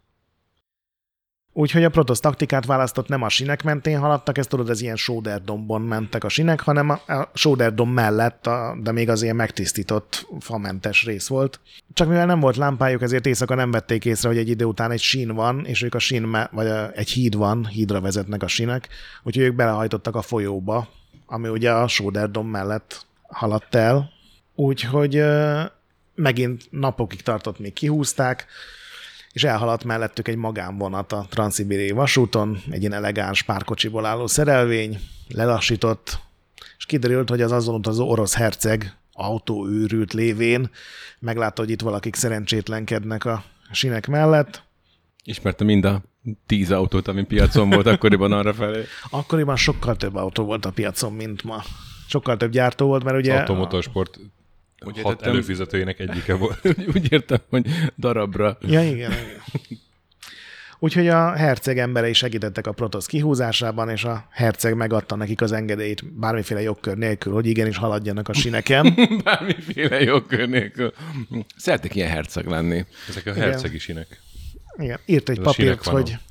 Úgyhogy a Protosz taktikát választott, nem a sinek mentén haladtak, ezt tudod, ez ilyen sóderdombon mentek a sinek, hanem a, a sóderdomb mellett, a, de még az ilyen megtisztított, famentes rész volt. Csak mivel nem volt lámpájuk, ezért éjszaka nem vették észre, hogy egy idő után egy sín van, és ők a sín, me- vagy a, egy híd van, hídra vezetnek a sinek, úgyhogy ők belehajtottak a folyóba, ami ugye a sóderdomb mellett haladt el. Úgyhogy uh, megint napokig tartott, még kihúzták, és elhaladt mellettük egy magánvonat a Transzszibériai vasúton, egy ilyen elegáns párkocsiból álló szerelvény, lelassított, és kiderült, hogy az azon utazó orosz herceg autóőrült lévén meglátta, hogy itt valakik szerencsétlenkednek a sinek mellett. Ismerte mind a tíz autót, ami piacon volt akkoriban arra felé. Akkoriban sokkal több autó volt a piacon, mint ma. Sokkal több gyártó volt, mert ugye... Automotorsport Úgy hat értettem, előfizetőjének egyike volt. úgy értem, hogy darabra. Ja, igen, igen. Úgyhogy a herceg emberei segítettek a Protosz kihúzásában, és a herceg megadta nekik az engedélyt bármiféle jogkör nélkül, hogy igenis haladjanak a sineken. Bármiféle jogkör nélkül. Szeretnék ilyen herceg lenni. Ezek a hercegi sinek. Igen, írt egy Ez a papírt, sinekvanon. hogy...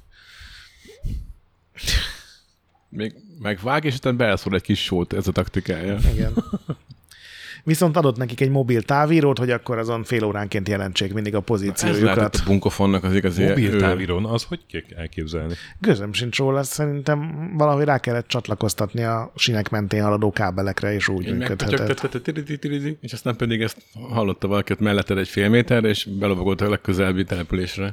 Még megvág, és utána beleszól egy kis sót, ez a taktikája. Igen. Viszont adott nekik egy mobil távírót, hogy akkor azon fél óránként jelentsék mindig a Ez lehetett pozíciójukat. a bunkofonnak az igazi... Mobil távirón, az hogy kell elképzelni? Gőzöm sincs róla, szerintem valahogy rá kellett csatlakoztatni a sinek mentén haladó kábelekre, és úgy működhetett. És aztán pedig ezt hallotta valaki ott melletted egy fél méterre, és belovagolt a legközelebbi településre.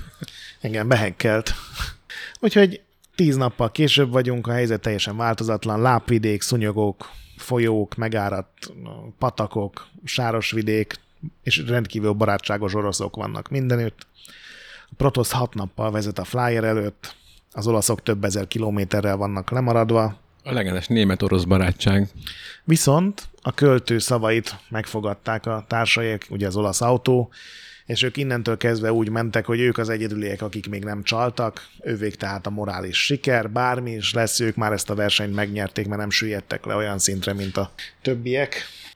Igen, behekkelt. Úgyhogy tíz nappal később vagyunk, a helyzet teljesen változatlan, lápvidék, szúnyogok, folyók, megáradt patakok, sárosvidék, és rendkívül barátságos oroszok vannak mindenütt. A Protosz hat nappal vezet a Flyer előtt, az olaszok több ezer kilométerrel vannak lemaradva, A legendes német-orosz barátság. viszont a költő szavait megfogadták a társaik, ugye az olasz autó, és ők innentől kezdve úgy mentek, hogy ők az egyedüliek, akik még nem csaltak, ővék tehát a morális siker, bármi is lesz, ők már ezt a versenyt megnyerték, mert nem süllyedtek le olyan szintre, mint a többiek.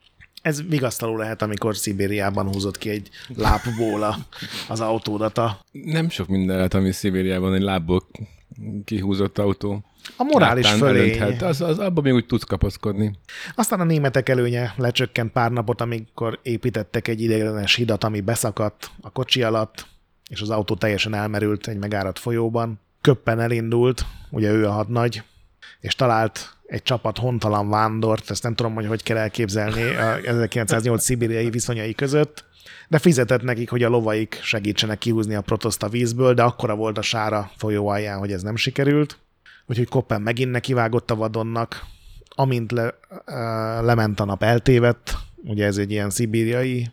Ez vigasztaló lehet, amikor Szibériában húzott ki egy lábból a, az autódat. A, Nem sok minden lehet, ami Szibériában egy lábból kihúzott autó. a morális Láttán fölény. elönthet. Az, az, abban még úgy tudsz kapaszkodni. Aztán a németek előnye lecsökkent pár napot, amikor építettek egy ideiglenes hidat, ami beszakadt a kocsi alatt, és az autó teljesen elmerült egy megáradt folyóban. Köppen elindult, ugye ő a hadnagy, és talált egy csapat hontalan vándort, ezt nem tudom, hogy hogy kell elképzelni a ezerkilencszáznyolc szibériai viszonyai között, de fizetett nekik, hogy a lovaik segítsenek kihúzni a Protoszt a vízből, de akkora volt a sára folyó alján, hogy ez nem sikerült. Úgyhogy Koppen megint nekivágott a vadonnak, amint le, uh, lement a nap, eltévedt, ugye ez egy ilyen szibériai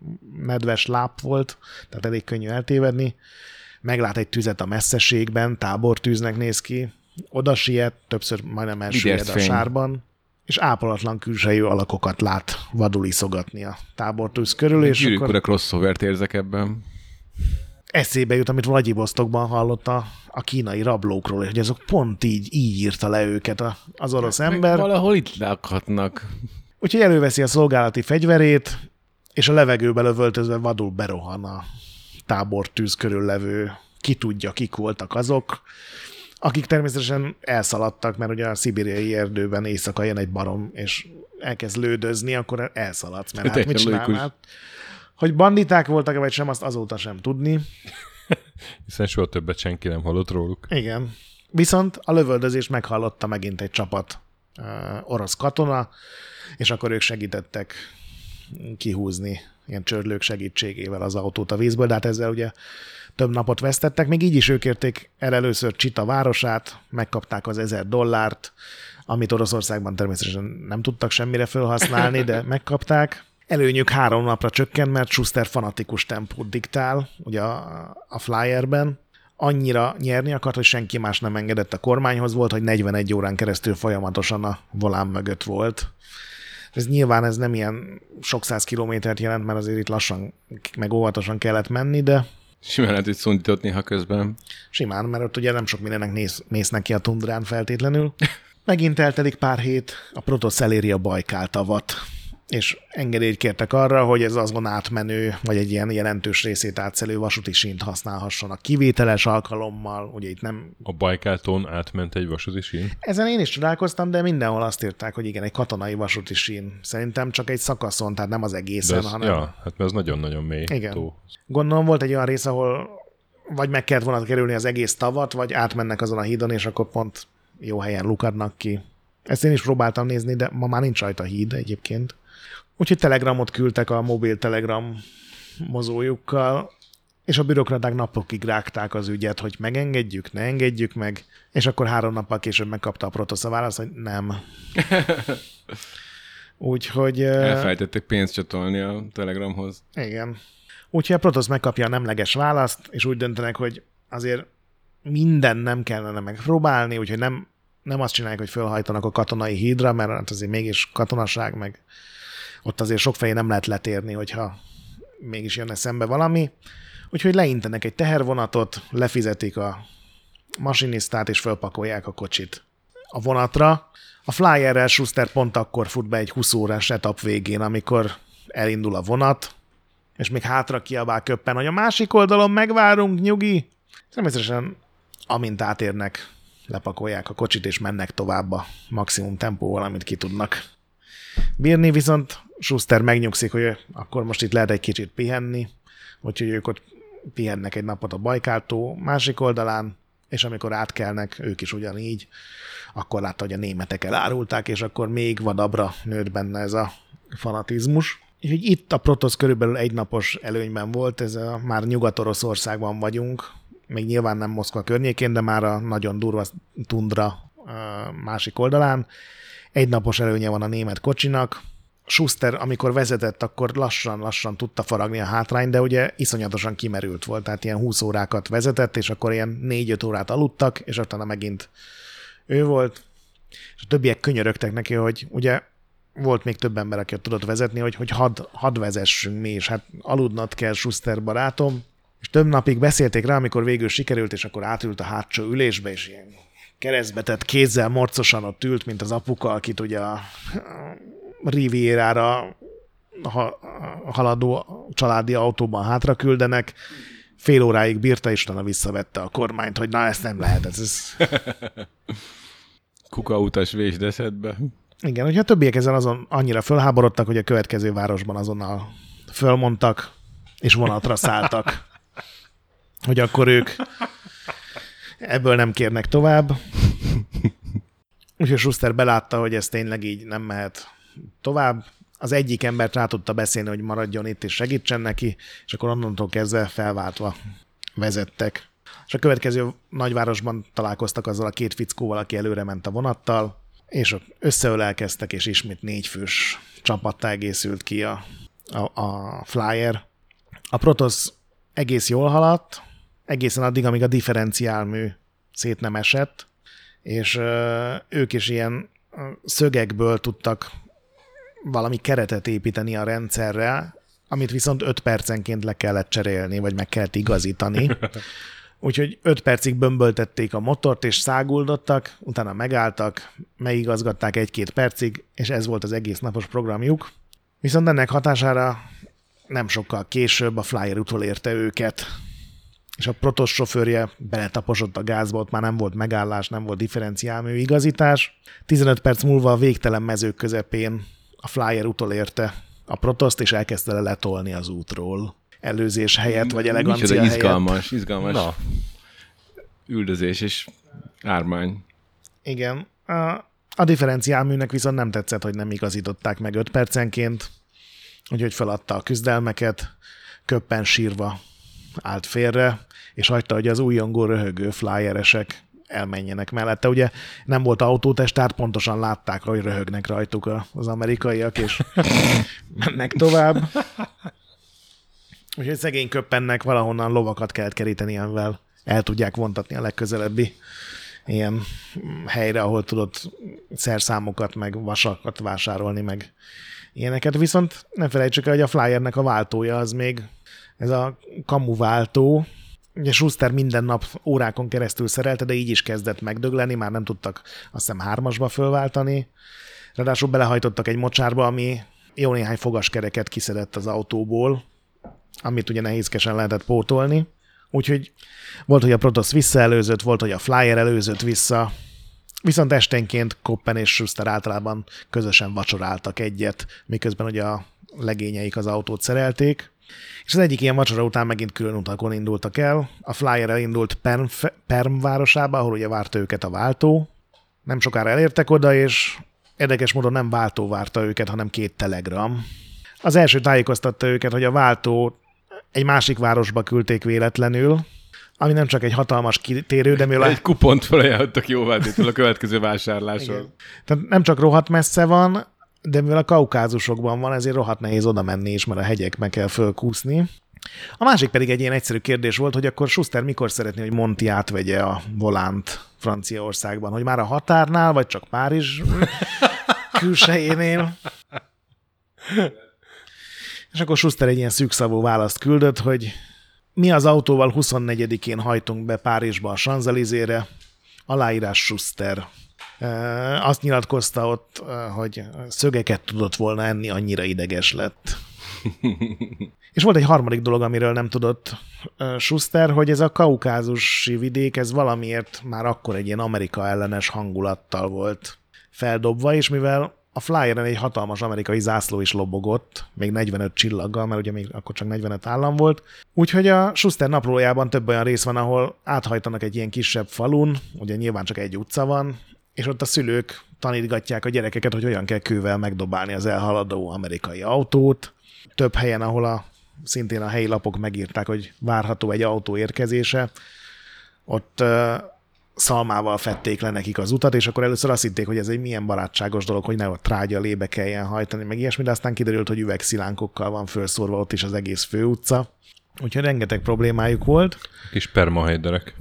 nedves láp volt, tehát elég könnyű eltévedni, meglát egy tüzet a messzeségben, tábortűznek néz ki, oda siet, többször majdnem elsüllyed a sárban, és ápolatlan külsejű alakokat lát vadul iszogatni a tábortűz körül, és Gyűrűk akkor urak crossover-t érzek ebben. eszébe jut, amit Vladivostokban hallott a, a kínai rablókról, hogy azok pont így, így írta le őket a, az orosz Meg ember. valahol itt lakhatnak. Úgyhogy előveszi a szolgálati fegyverét, és a levegőbe lövöldözve vadul berohan a tábortűz körül levő, ki tudja, kik voltak azok, akik természetesen elszaladtak, mert ugye a szibériai erdőben éjszaka jön egy barom, és elkezd lődözni, akkor elszaladsz, mert hát mit csinálnád? Hogy banditák voltak-e, vagy sem, azt azóta sem tudni. Hiszen soha többet senki nem hallott róluk. Igen. Viszont a lövöldözést meghallotta megint egy csapat uh, orosz katona, és akkor ők segítettek kihúzni ilyen csörlők segítségével az autót a vízből, de hát ezzel ugye több napot vesztettek. Még így is ők érték el először Csita városát, megkapták az ezer dollárt, amit Oroszországban természetesen nem tudtak semmire felhasználni, de megkapták. Előnyük három napra csökkent, mert Schuster fanatikus tempót diktál, ugye a, a Flyerben. Annyira nyerni akart, hogy senki más nem engedett a kormányhoz, volt, hogy negyvenegy órán keresztül folyamatosan a volán mögött volt. Ez nyilván ez nem ilyen sok száz kilométert jelent, mert azért itt lassan, meg óvatosan kellett menni, de Simán lehet, hogy szundított néha közben. Simán, mert ott ugye nem sok mindennek néz, mész neki a tundrán feltétlenül. Megint eltelik pár hét, a Protosz eléri a Bajkál tavat, és engedélyt kértek arra, hogy ez azon átmenő, vagy egy ilyen jelentős részét átszelő vasúti sínt használhassanak kivételes alkalommal, ugye itt nem... A Bajkáltón átment egy vasúti sín? Ezen én is csodálkoztam, de mindenhol azt írták, hogy igen, egy katonai vasúti sín. Szerintem csak egy szakaszon, tehát nem az egészen, ez, hanem... Ja, hát mert ez nagyon-nagyon mély Igen. tó. Gondolom volt egy olyan rész, ahol vagy meg kellett volna kerülni az egész tavat, vagy átmennek azon a hídon, és akkor pont jó helyen lukadnak ki. Ezt én is próbáltam nézni, de ma már nincs rajta híd egyébként. Úgyhogy telegramot küldtek a mobil telegram mozójukkal, és a bürokraták napokig rágták az ügyet, hogy megengedjük, ne engedjük meg, és akkor három nappal később megkapta a Protosz a választ, hogy nem. Úgyhogy... Elfelejtettek pénzt csatolni a Telegramhoz. Igen. Úgyhogy a Protosz megkapja a nemleges választ, és úgy döntenek, hogy azért minden nem kellene megpróbálni, úgyhogy nem, nem azt csinálják, hogy fölhajtanak a katonai hídra, mert hát azért mégis katonaság, meg ott azért sok fejé nem lehet letérni, hogyha mégis jönne szembe valami. Úgyhogy leintenek egy tehervonatot, lefizetik a masinisztát, és fölpakolják a kocsit a vonatra. A Flyerrel Schuster pont akkor fut be egy húsz órás etap végén, amikor elindul a vonat, és még hátra kiabál köppen, hogy a másik oldalon megvárunk, nyugi. Természetesen, amint átérnek, lepakolják a kocsit, és mennek tovább a maximum tempóval, amit ki tudnak bírni, viszont Schuster megnyugszik, hogy akkor most itt lehet egy kicsit pihenni, úgyhogy ők ott pihennek egy napot a Bajkál-tó másik oldalán, és amikor átkelnek, ők is ugyanígy, akkor látta, hogy a németek elárulták, és akkor még vadabbra nőtt benne ez a fanatizmus. Úgyhogy itt a Protosz körülbelül egy napos előnyben volt, ez a, már Nyugat-Oroszországban vagyunk, még nyilván nem Moszkva környékén, de már a nagyon durva tundra a másik oldalán. Egy napos előnye van a német kocsinak. Schuster, amikor vezetett, akkor lassan-lassan tudta faragni a hátrányt, de ugye iszonyatosan kimerült volt, tehát ilyen húsz órákat vezetett, és akkor ilyen négy-öt órát aludtak, és utána megint ő volt. És a többiek könyörögtek neki, hogy ugye volt még több ember, aki tudott vezetni, hogy, hogy hadd had vezessünk mi, és hát aludnod kell, Schuster barátom. És több napig beszélték rá, amikor végül sikerült, és akkor átült a hátsó ülésbe, és ilyen keresztbetett kézzel morcosan ott ült, mint az apuka, akit ugye a Rivierára ha, haladó családi autóban hátra küldenek. Fél óráig bírta, és utána visszavette a kormányt, hogy na, ezt nem lehet. Ez, ez... Kukautas vésdeszetbe. Igen, hogyha a többiek ezen azon annyira fölháborodtak, hogy a következő városban azonnal fölmondtak, és vonatra szálltak, hogy akkor ők ebből nem kérnek tovább. Úgyhogy Schuster belátta, hogy ez tényleg így nem mehet tovább. Az egyik embert rá tudta beszélni, hogy maradjon itt és segítsen neki, és akkor onnantól kezdve felváltva vezettek. És a következő nagyvárosban találkoztak azzal a két fickóval, aki előre ment a vonattal, és ott összeölelkeztek, és ismét négyfős csapattá egészült ki a, a, a Flyer. A Protosz egész jól haladt, egészen addig, amíg a differenciálmű szét nem esett, és ö, ők is ilyen szögekből tudtak valami keretet építeni a rendszerre, amit viszont öt percenként le kellett cserélni, vagy meg kellett igazítani. Úgyhogy öt percig bömböltették a motort, és száguldottak, utána megálltak, megigazgatták egy-két percig, és ez volt az egész napos programjuk. Viszont ennek hatására nem sokkal később a Flyer utolérte őket, és a Protosz sofőrje beletaposott a gázba, ott már nem volt megállás, nem volt differenciálmű igazítás. tizenöt perc múlva a végtelen mezők közepén a Flyer utolérte a Protoszt, és elkezdte le letolni az útról. Előzés helyett, vagy elegancia Micsoda helyett. izgalmas, izgalmas Na. üldözés és ármány. Igen. A, a differenciálműnek viszont nem tetszett, hogy nem igazították meg öt percenként, úgyhogy feladta a küzdelmeket, köppen sírva állt félre, és hagyta, hogy az újongó, röhögő flyeresek elmenjenek mellette. Ugye nem volt autótestár, pontosan látták, hogy röhögnek rajtuk az amerikaiak, és mennek tovább. Úgyhogy szegény köppennek valahonnan lovakat kellett keríteni, amivel el tudják vontatni a legközelebbi ilyen helyre, ahol tudott szerszámokat, meg vasakat vásárolni, meg ilyeneket. Viszont ne felejtsük el, hogy a Flyernek a váltója az még ez a kamuváltó. Ugye Schuster minden nap órákon keresztül szerelte, de így is kezdett megdögleni, már nem tudtak azt hiszem hármasba fölváltani. Ráadásul belehajtottak egy mocsárba, ami jó néhány fogaskereket kiszedett az autóból, amit ugye nehézkesen lehetett pótolni. Úgyhogy volt, hogy a Protoss visszaelőzött, volt, hogy a Flyer előzött vissza, viszont esténként Koppen és Schuster általában közösen vacsoráltak egyet, miközben ugye a legényeik az autót szerelték. És az egyik ilyen vacsora után megint külön utakon indultak el. A Flyer elindult Perm, Perm városába, ahol ugye várta őket a váltó. Nem sokára elértek oda, és érdekes módon nem váltó várta őket, hanem két telegram. Az első tájékoztatta őket, hogy a váltó egy másik városba küldték véletlenül, ami nem csak egy hatalmas kitérő, de mivel... Egy kupont felajánlottak jóvátétől a következő vásárláson. Tehát nem csak rohadt messze van, de mivel a Kaukázusokban van, ezért rohadt nehéz oda menni is, mert a hegyekbe kell fölkúszni. A másik pedig egy ilyen egyszerű kérdés volt, hogy akkor Schuster mikor szeretné, hogy Monty átvegye a volánt Franciaországban, hogy már a határnál, vagy csak Párizs külsejénél. És akkor Schuster egy ilyen szűkszavú választ küldött, hogy mi az autóval huszonnegyedikén hajtunk be Párizsba a Champs-Élysére, aláírás Schuster. Azt nyilatkozta ott, hogy szögeket tudott volna enni, annyira ideges lett. És volt egy harmadik dolog, amiről nem tudott Schuster, hogy ez a kaukázusi vidék, ez valamiért már akkor egy ilyen Amerika ellenes hangulattal volt feldobva, és mivel a Flyeren egy hatalmas amerikai zászló is lobogott, még negyvenöt csillaggal, mert ugye még akkor csak negyvenöt állam volt. Úgyhogy a Schuster naplójában több olyan rész van, ahol áthajtanak egy ilyen kisebb falun, ugye nyilván csak egy utca van, és ott a szülők tanítgatják a gyerekeket, hogy hogyan kell kővel megdobálni az elhaladó amerikai autót. Több helyen, ahol a, szintén a helyi lapok megírták, hogy várható egy autó érkezése, ott uh, szalmával fették le nekik az utat, és akkor először azt hitték, hogy ez egy milyen barátságos dolog, hogy ne a trágya lébe kelljen hajtani, meg ilyesmi, de aztán kiderült, hogy üvegszilánkokkal van felszórva ott is az egész főutca. Úgyhogy rengeteg problémájuk volt. Kis permahajderek.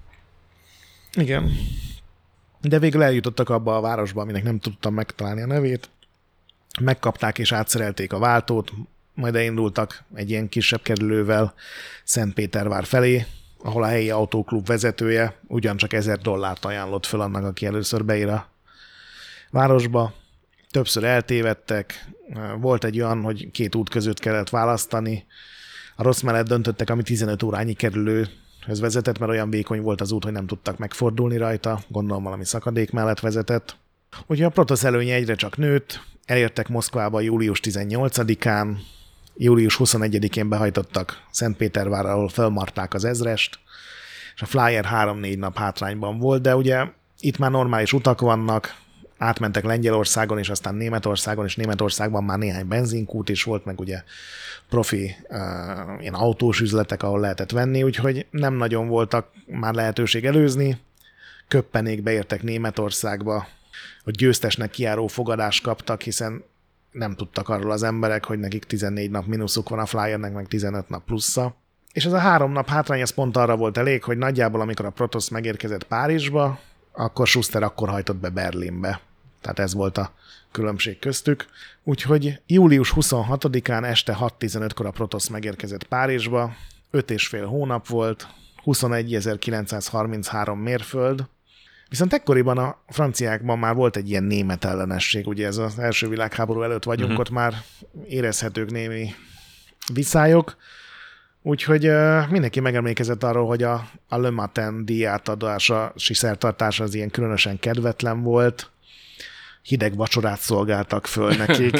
Igen. De végül eljutottak abba a városba, aminek nem tudtam megtalálni a nevét. Megkapták és átszerelték a váltót, majd elindultak egy ilyen kisebb kerülővel Szentpétervár felé, ahol a helyi autóklub vezetője ugyancsak ezer dollárt ajánlott föl annak, aki először beír a városba. Többször eltévedtek, volt egy olyan, hogy két út között kellett választani. A rossz mellett döntöttek, ami tizenöt órányi kerülőhöz vezetett, mert olyan vékony volt az út, hogy nem tudtak megfordulni rajta, gondolom valami szakadék mellett vezetett. Úgyhogy a Protoss előnye egyre csak nőtt, elértek Moszkvába július tizennyolcadikán, július huszonegyedikén behajtottak Szentpétervárra, ahol felmarták az ezrest, és a Flyer három-négy nap hátrányban volt, de ugye itt már normális utak vannak, átmentek Lengyelországon, és aztán Németországon, és Németországban már néhány benzinkút is volt, meg ugye profi uh, ilyen autós üzletek, ahol lehetett venni, úgyhogy nem nagyon voltak már lehetőség előzni. Köppenék beértek Németországba, hogy győztesnek kijáró fogadást kaptak, hiszen nem tudtak arról az emberek, hogy nekik tizennégy nap mínuszuk van, a Flyernek meg tizenöt nap plusza. És ez a három nap hátrány, ez pont arra volt elég, hogy nagyjából amikor a Protoss megérkezett Párizsba, akkor Schuster akkor hajtott be Berlinbe. Tehát ez volt a különbség köztük. Úgyhogy július huszonhatodikán este hat tizenötkor a Protoss megérkezett Párizsba, öt és fél hónap volt, huszonegyezer-kilencszázharminchárom mérföld. Viszont ekkoriban a franciákban már volt egy ilyen német ellenesség, ugye ez az első világháború előtt vagyunk, uh-huh. Ott már érezhetők némi viszályok, úgyhogy uh, mindenki megemlékezett arról, hogy a, a Le Matin díjátadása, szertartása az ilyen különösen kedvetlen volt, hideg vacsorát szolgáltak föl nekik,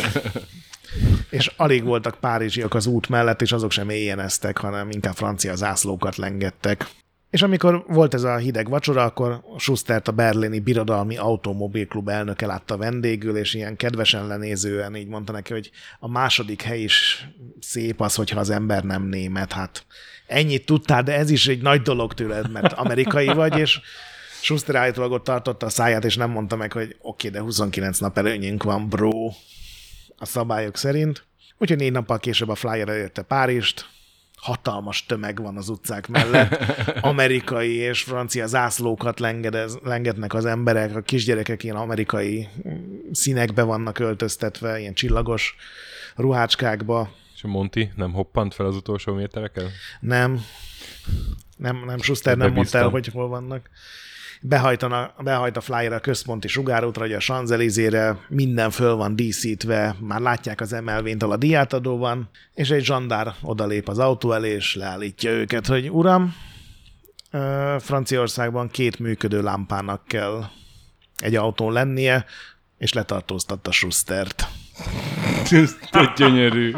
és alig voltak párizsiak az út mellett, és azok sem éjjeneztek, hanem inkább francia zászlókat lengettek. És amikor volt ez a hideg vacsora, akkor Schustert a berlini Birodalmi Automobilklub elnöke látta vendégül, és ilyen kedvesen lenézően így mondta neki, hogy a második hely is szép az, hogyha az ember nem német. Hát ennyit tudtál, de ez is egy nagy dolog tőled, mert amerikai vagy, és Schuster állítólag ott tartotta a száját, és nem mondta meg, hogy oké, okay, de huszonkilenc nap előnyünk van, bro, a szabályok szerint. Úgyhogy négy nappal később a Flyer elérte Párizst, hatalmas tömeg van az utcák mellett, amerikai és francia zászlókat lengedez, lengetnek az emberek, a kisgyerekek ilyen amerikai színekbe vannak öltöztetve, ilyen csillagos ruhácskákba. És a Monty nem hoppant fel az utolsó métereken? Nem. Nem, nem Schuster nem mondta el, hogy hol vannak. Behajtana, behajt a Flyer a központi sugárútra, hogy a Champs-Élysére minden föl van díszítve, már látják az emelvényt, a díjátadó van, és egy zsandár odalép az autó elé, és leállítja őket, hogy uram, Franciaországban két működő lámpának kell egy autón lennie, és letartóztatta Schustert. Ez gyönyörű.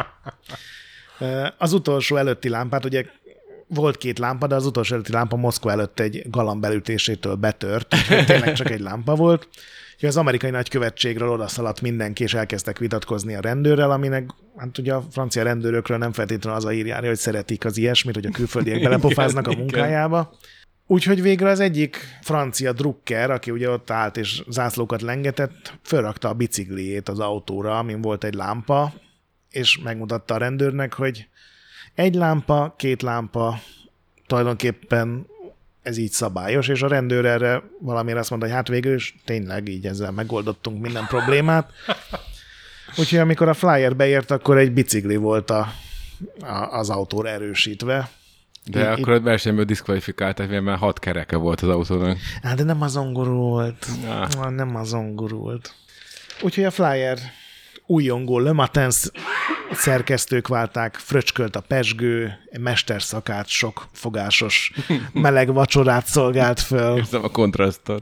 Az utolsó előtti lámpát, ugye volt két lámpa, de az utolsó előtti lámpa Moszkva előtt egy galambelütésétől betört, úgyhogy tényleg csak egy lámpa volt. Úgyhogy az amerikai nagykövetségről odaszaladt mindenki, és elkezdtek vitatkozni a rendőrrel, aminek hát ugye a francia rendőrökről nem feltétlenül az a hír járja, hogy szeretik az ilyesmit, hogy a külföldiek belepofáznak a munkájába. Úgyhogy végre az egyik francia drukker, aki ugye ott állt és zászlókat lengetett, fölrakta a bicikliét az autóra, amin volt egy lámpa, és megmutatta a rendőrnek, hogy egy lámpa, két lámpa, tulajdonképpen ez így szabályos, és a rendőr erre valamiért azt mondta, hogy hát végül is tényleg így ezzel megoldottunk minden problémát. Úgyhogy amikor a Flyer beért, akkor egy bicikli volt a, a, az autóra erősítve. De I, akkor a versenyből diszkvalifikálták, mert már hat kereke volt az autónak. Hát de nem azon gurult. Ah. Nem azon gurult. Úgyhogy a Flyer újongó Le Matin szerkesztők válták, fröcskölt a pezsgő, mesterszakárt, sok fogásos meleg vacsorát szolgált föl. Érzem a kontrasztot.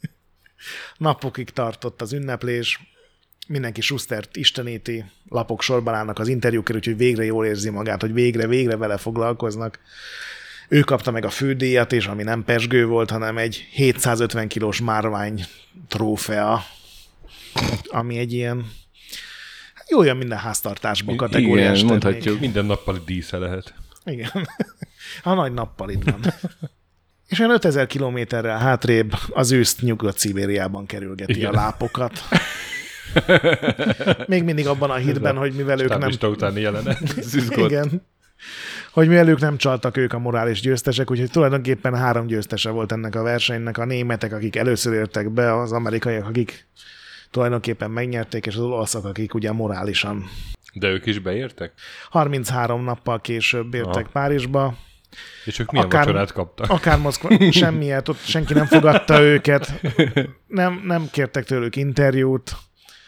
Napokig tartott az ünneplés, mindenki Schustert isteníti, lapok sorban állnak az interjúkért, úgyhogy végre jól érzi magát, hogy végre, végre vele foglalkoznak. Ő kapta meg a fődíjat, és ami nem pezsgő volt, hanem egy hétszázötven kilós márvány trófea, ami egy ilyen jó, olyan minden háztartásban kategóriás. Igen, mondhatjuk. Minden nappali dísze lehet. Igen. A nagy nappal itt van. És olyan ötezer kilométerrel hátrébb az őszt Nyugat-Szibériában kerülgeti igen. a lápokat. Még mindig abban a hitben, hogy mivel ők nem... Stáblista utáni jelenet. Igen. Hogy mivel ők nem csaltak, ők a morális győztesek, úgyhogy tulajdonképpen három győztese volt ennek a versenynek. A németek, akik először értek be, az amerikaiak, akik tulajdonképpen megnyerték, és az olaszok, akik ugye morálisan. De ők is beértek? harminchárom nappal később értek Aha. Párizsba. És ők milyen akár, vacsorát kaptak? Akár Moszkva, semmiért, ott senki nem fogadta őket, nem, nem kértek tőlük interjút,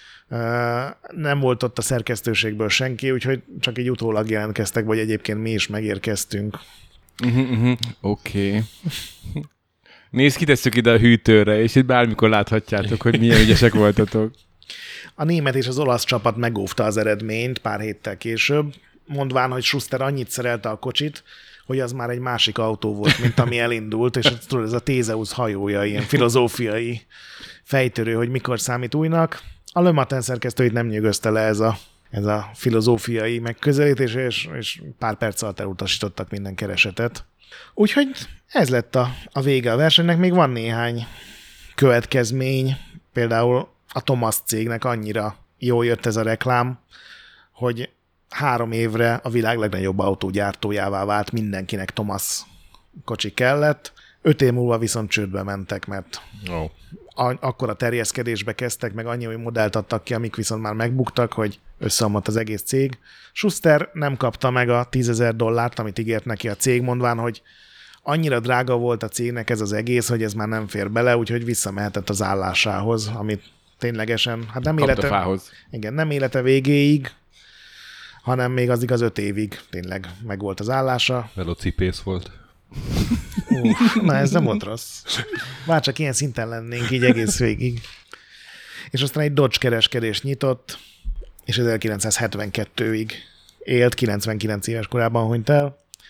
nem volt ott a szerkesztőségből senki, úgyhogy csak így utólag jelentkeztek, vagy egyébként mi is megérkeztünk. Uh-huh, uh-huh. Oké. Okay. Nézd, kitesszük ide a hűtőre, és itt bármikor láthatjátok, hogy milyen ügyesek voltatok. A német és az olasz csapat megóvta az eredményt pár héttel később, mondván, hogy Schuster annyit szerelte a kocsit, hogy az már egy másik autó volt, mint ami elindult, és tudod, ez a Thézeusz hajója, ilyen filozófiai fejtörő, hogy mikor számít újnak. A Le Matin szerkesztőit nem nyugodta le ez a, ez a filozófiai megközelítés, és, és pár perc alatt elutasítottak minden keresetet. Úgyhogy ez lett a, a vége a versenynek. Még van néhány következmény, például a Thomas cégnek annyira jól jött ez a reklám, hogy három évre a világ legnagyobb autógyártójává vált, mindenkinek Thomas kocsi kellett. Öt év múlva viszont csődbe mentek, mert oh. a, akkor a terjeszkedésbe kezdtek, meg annyi új modellt adtak ki, amik viszont már megbuktak, hogy összeomlott az egész cég. Schuster nem kapta meg a tízezer dollárt, amit ígért neki a cég, mondván, hogy annyira drága volt a cégnek ez az egész, hogy ez már nem fér bele, úgyhogy visszamehetett az állásához, amit ténylegesen, hát nem élete, fához. Igen, nem élete végéig, hanem még az igaz öt évig tényleg megvolt az állása. Velocipész volt. Uh, na ez nem volt rossz. Már csak ilyen szinten lennénk így egész végig. És aztán egy Dodge kereskedést nyitott, és ezerkilencszázhetvenkettőig élt, kilencvenkilenc éves korában hunyt el.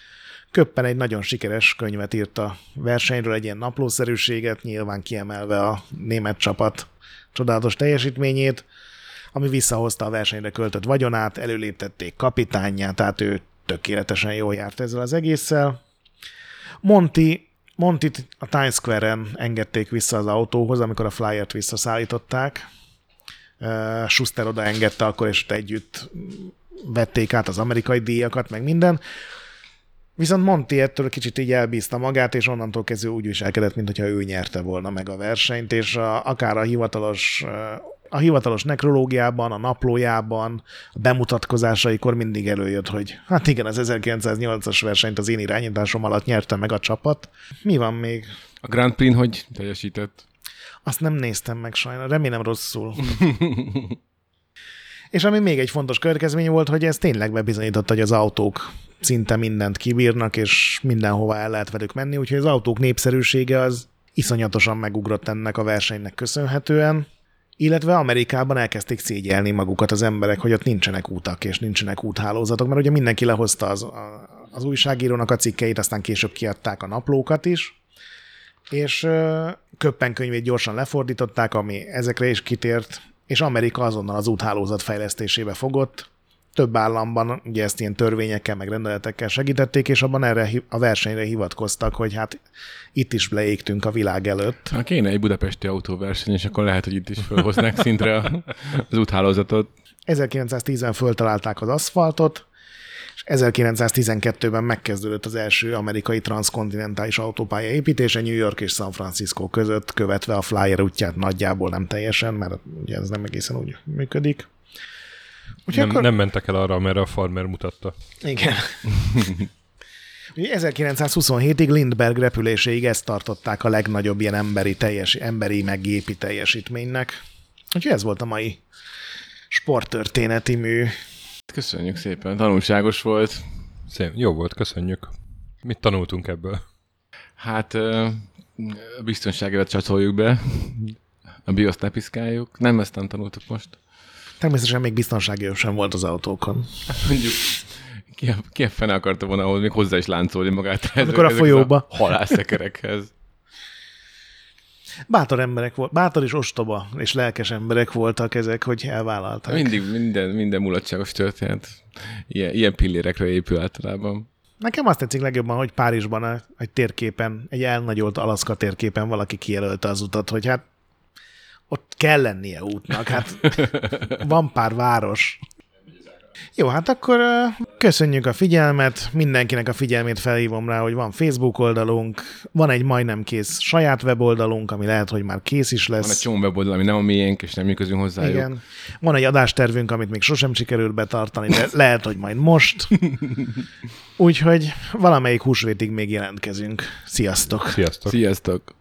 Köppen egy nagyon sikeres könyvet írt a versenyről, egy ilyen naplószerűséget, nyilván kiemelve a német csapat csodálatos teljesítményét, ami visszahozta a versenyre költött vagyonát, előléptették kapitánját, tehát ő tökéletesen jól járt ezzel az egésszel. Monty, Montyt a Times Square-en engedték vissza az autóhoz, amikor a Flyert visszaszállították. Schuster oda engedte akkor, és együtt vették át az amerikai díjakat, meg minden. Viszont Monty ettől kicsit így elbízta magát, és onnantól kezdve úgy viselkedett, mintha ő nyerte volna meg a versenyt, és a, akár a hivatalos, a hivatalos nekrológiában, a naplójában, a bemutatkozásaikor mindig előjött, hogy hát igen, az ezerkilencszáznyolcas versenyt az én irányításom alatt nyerte meg a csapat. Mi van még? A Grand Prix hogy teljesített? Azt nem néztem meg sajnos, remélem rosszul. És ami még egy fontos következmény volt, hogy ez tényleg bebizonyította, hogy az autók szinte mindent kibírnak, és mindenhova el lehet velük menni, úgyhogy az autók népszerűsége az iszonyatosan megugrott ennek a versenynek köszönhetően, illetve Amerikában elkezdték szégyelni magukat az emberek, hogy ott nincsenek útak és nincsenek úthálózatok, mert ugye mindenki lehozta az, a, az újságírónak a cikkeit, aztán később kiadták a naplókat is, és uh, Köppen könyvét gyorsan lefordították, ami ezekre is kitért, és Amerika azonnal az úthálózat fejlesztésébe fogott. Több államban ugye ezt ilyen törvényekkel, meg rendeletekkel segítették, és abban erre a versenyre hivatkoztak, hogy hát itt is leégtünk a világ előtt. Ha kéne egy budapesti autóverseny, és akkor lehet, hogy itt is felhoznák szintre az úthálózatot. ezerkilencszáztízben föltalálták az aszfaltot, és ezerkilencszáztizenkettőben megkezdődött az első amerikai transzkontinentális autópálya építése New York és San Francisco között, követve a Flyer útját nagyjából, nem teljesen, mert ugye ez nem egészen úgy működik. Nem, akkor... nem mentek el arra, amerre a farmer mutatta. Igen. ezerkilencszázhuszonhétig Lindbergh repüléséig ezt tartották a legnagyobb ilyen emberi, teljes, emberi meg gépi teljesítménynek. Úgyhogy ez volt a mai sporttörténeti mű. Köszönjük szépen, tanulságos volt. Szép, jó volt, köszönjük. Mit tanultunk ebből? Hát a biztonságot csatoljuk be, a bioszt ne piszkáljuk. Nem, ezt nem tanultuk most. Természetesen még biztonsági sem volt az autókon. Mondjuk, ki a, ki a fene akarta volna ahhoz még hozzá is láncolni magát. Amikor a folyóba. A halálszekerekhez. Bátor emberek volt, bátor és ostoba és lelkes emberek voltak ezek, hogy elvállalták. Mindig, minden, minden mulatságos történet. Ilyen, ilyen pillérekre épül általában. Nekem azt tetszik legjobban, hogy Párizsban egy térképen, egy elnagyolt Alaszka térképen valaki kijelölte az utat, hogy hát ott kell lennie útnak, hát van pár város. Jó, hát akkor köszönjük a figyelmet, mindenkinek a figyelmét felhívom rá, hogy van Facebook oldalunk, van egy majdnem kész saját weboldalunk, ami lehet, hogy már kész is lesz. Van egy csomó weboldal, ami nem a miénk, és nem működünk hozzájuk. Igen. Van egy adástervünk, amit még sosem sikerült betartani, de lehet, hogy majd most. Úgyhogy valamelyik húsvétig még jelentkezünk. Sziasztok! Sziasztok! Sziasztok!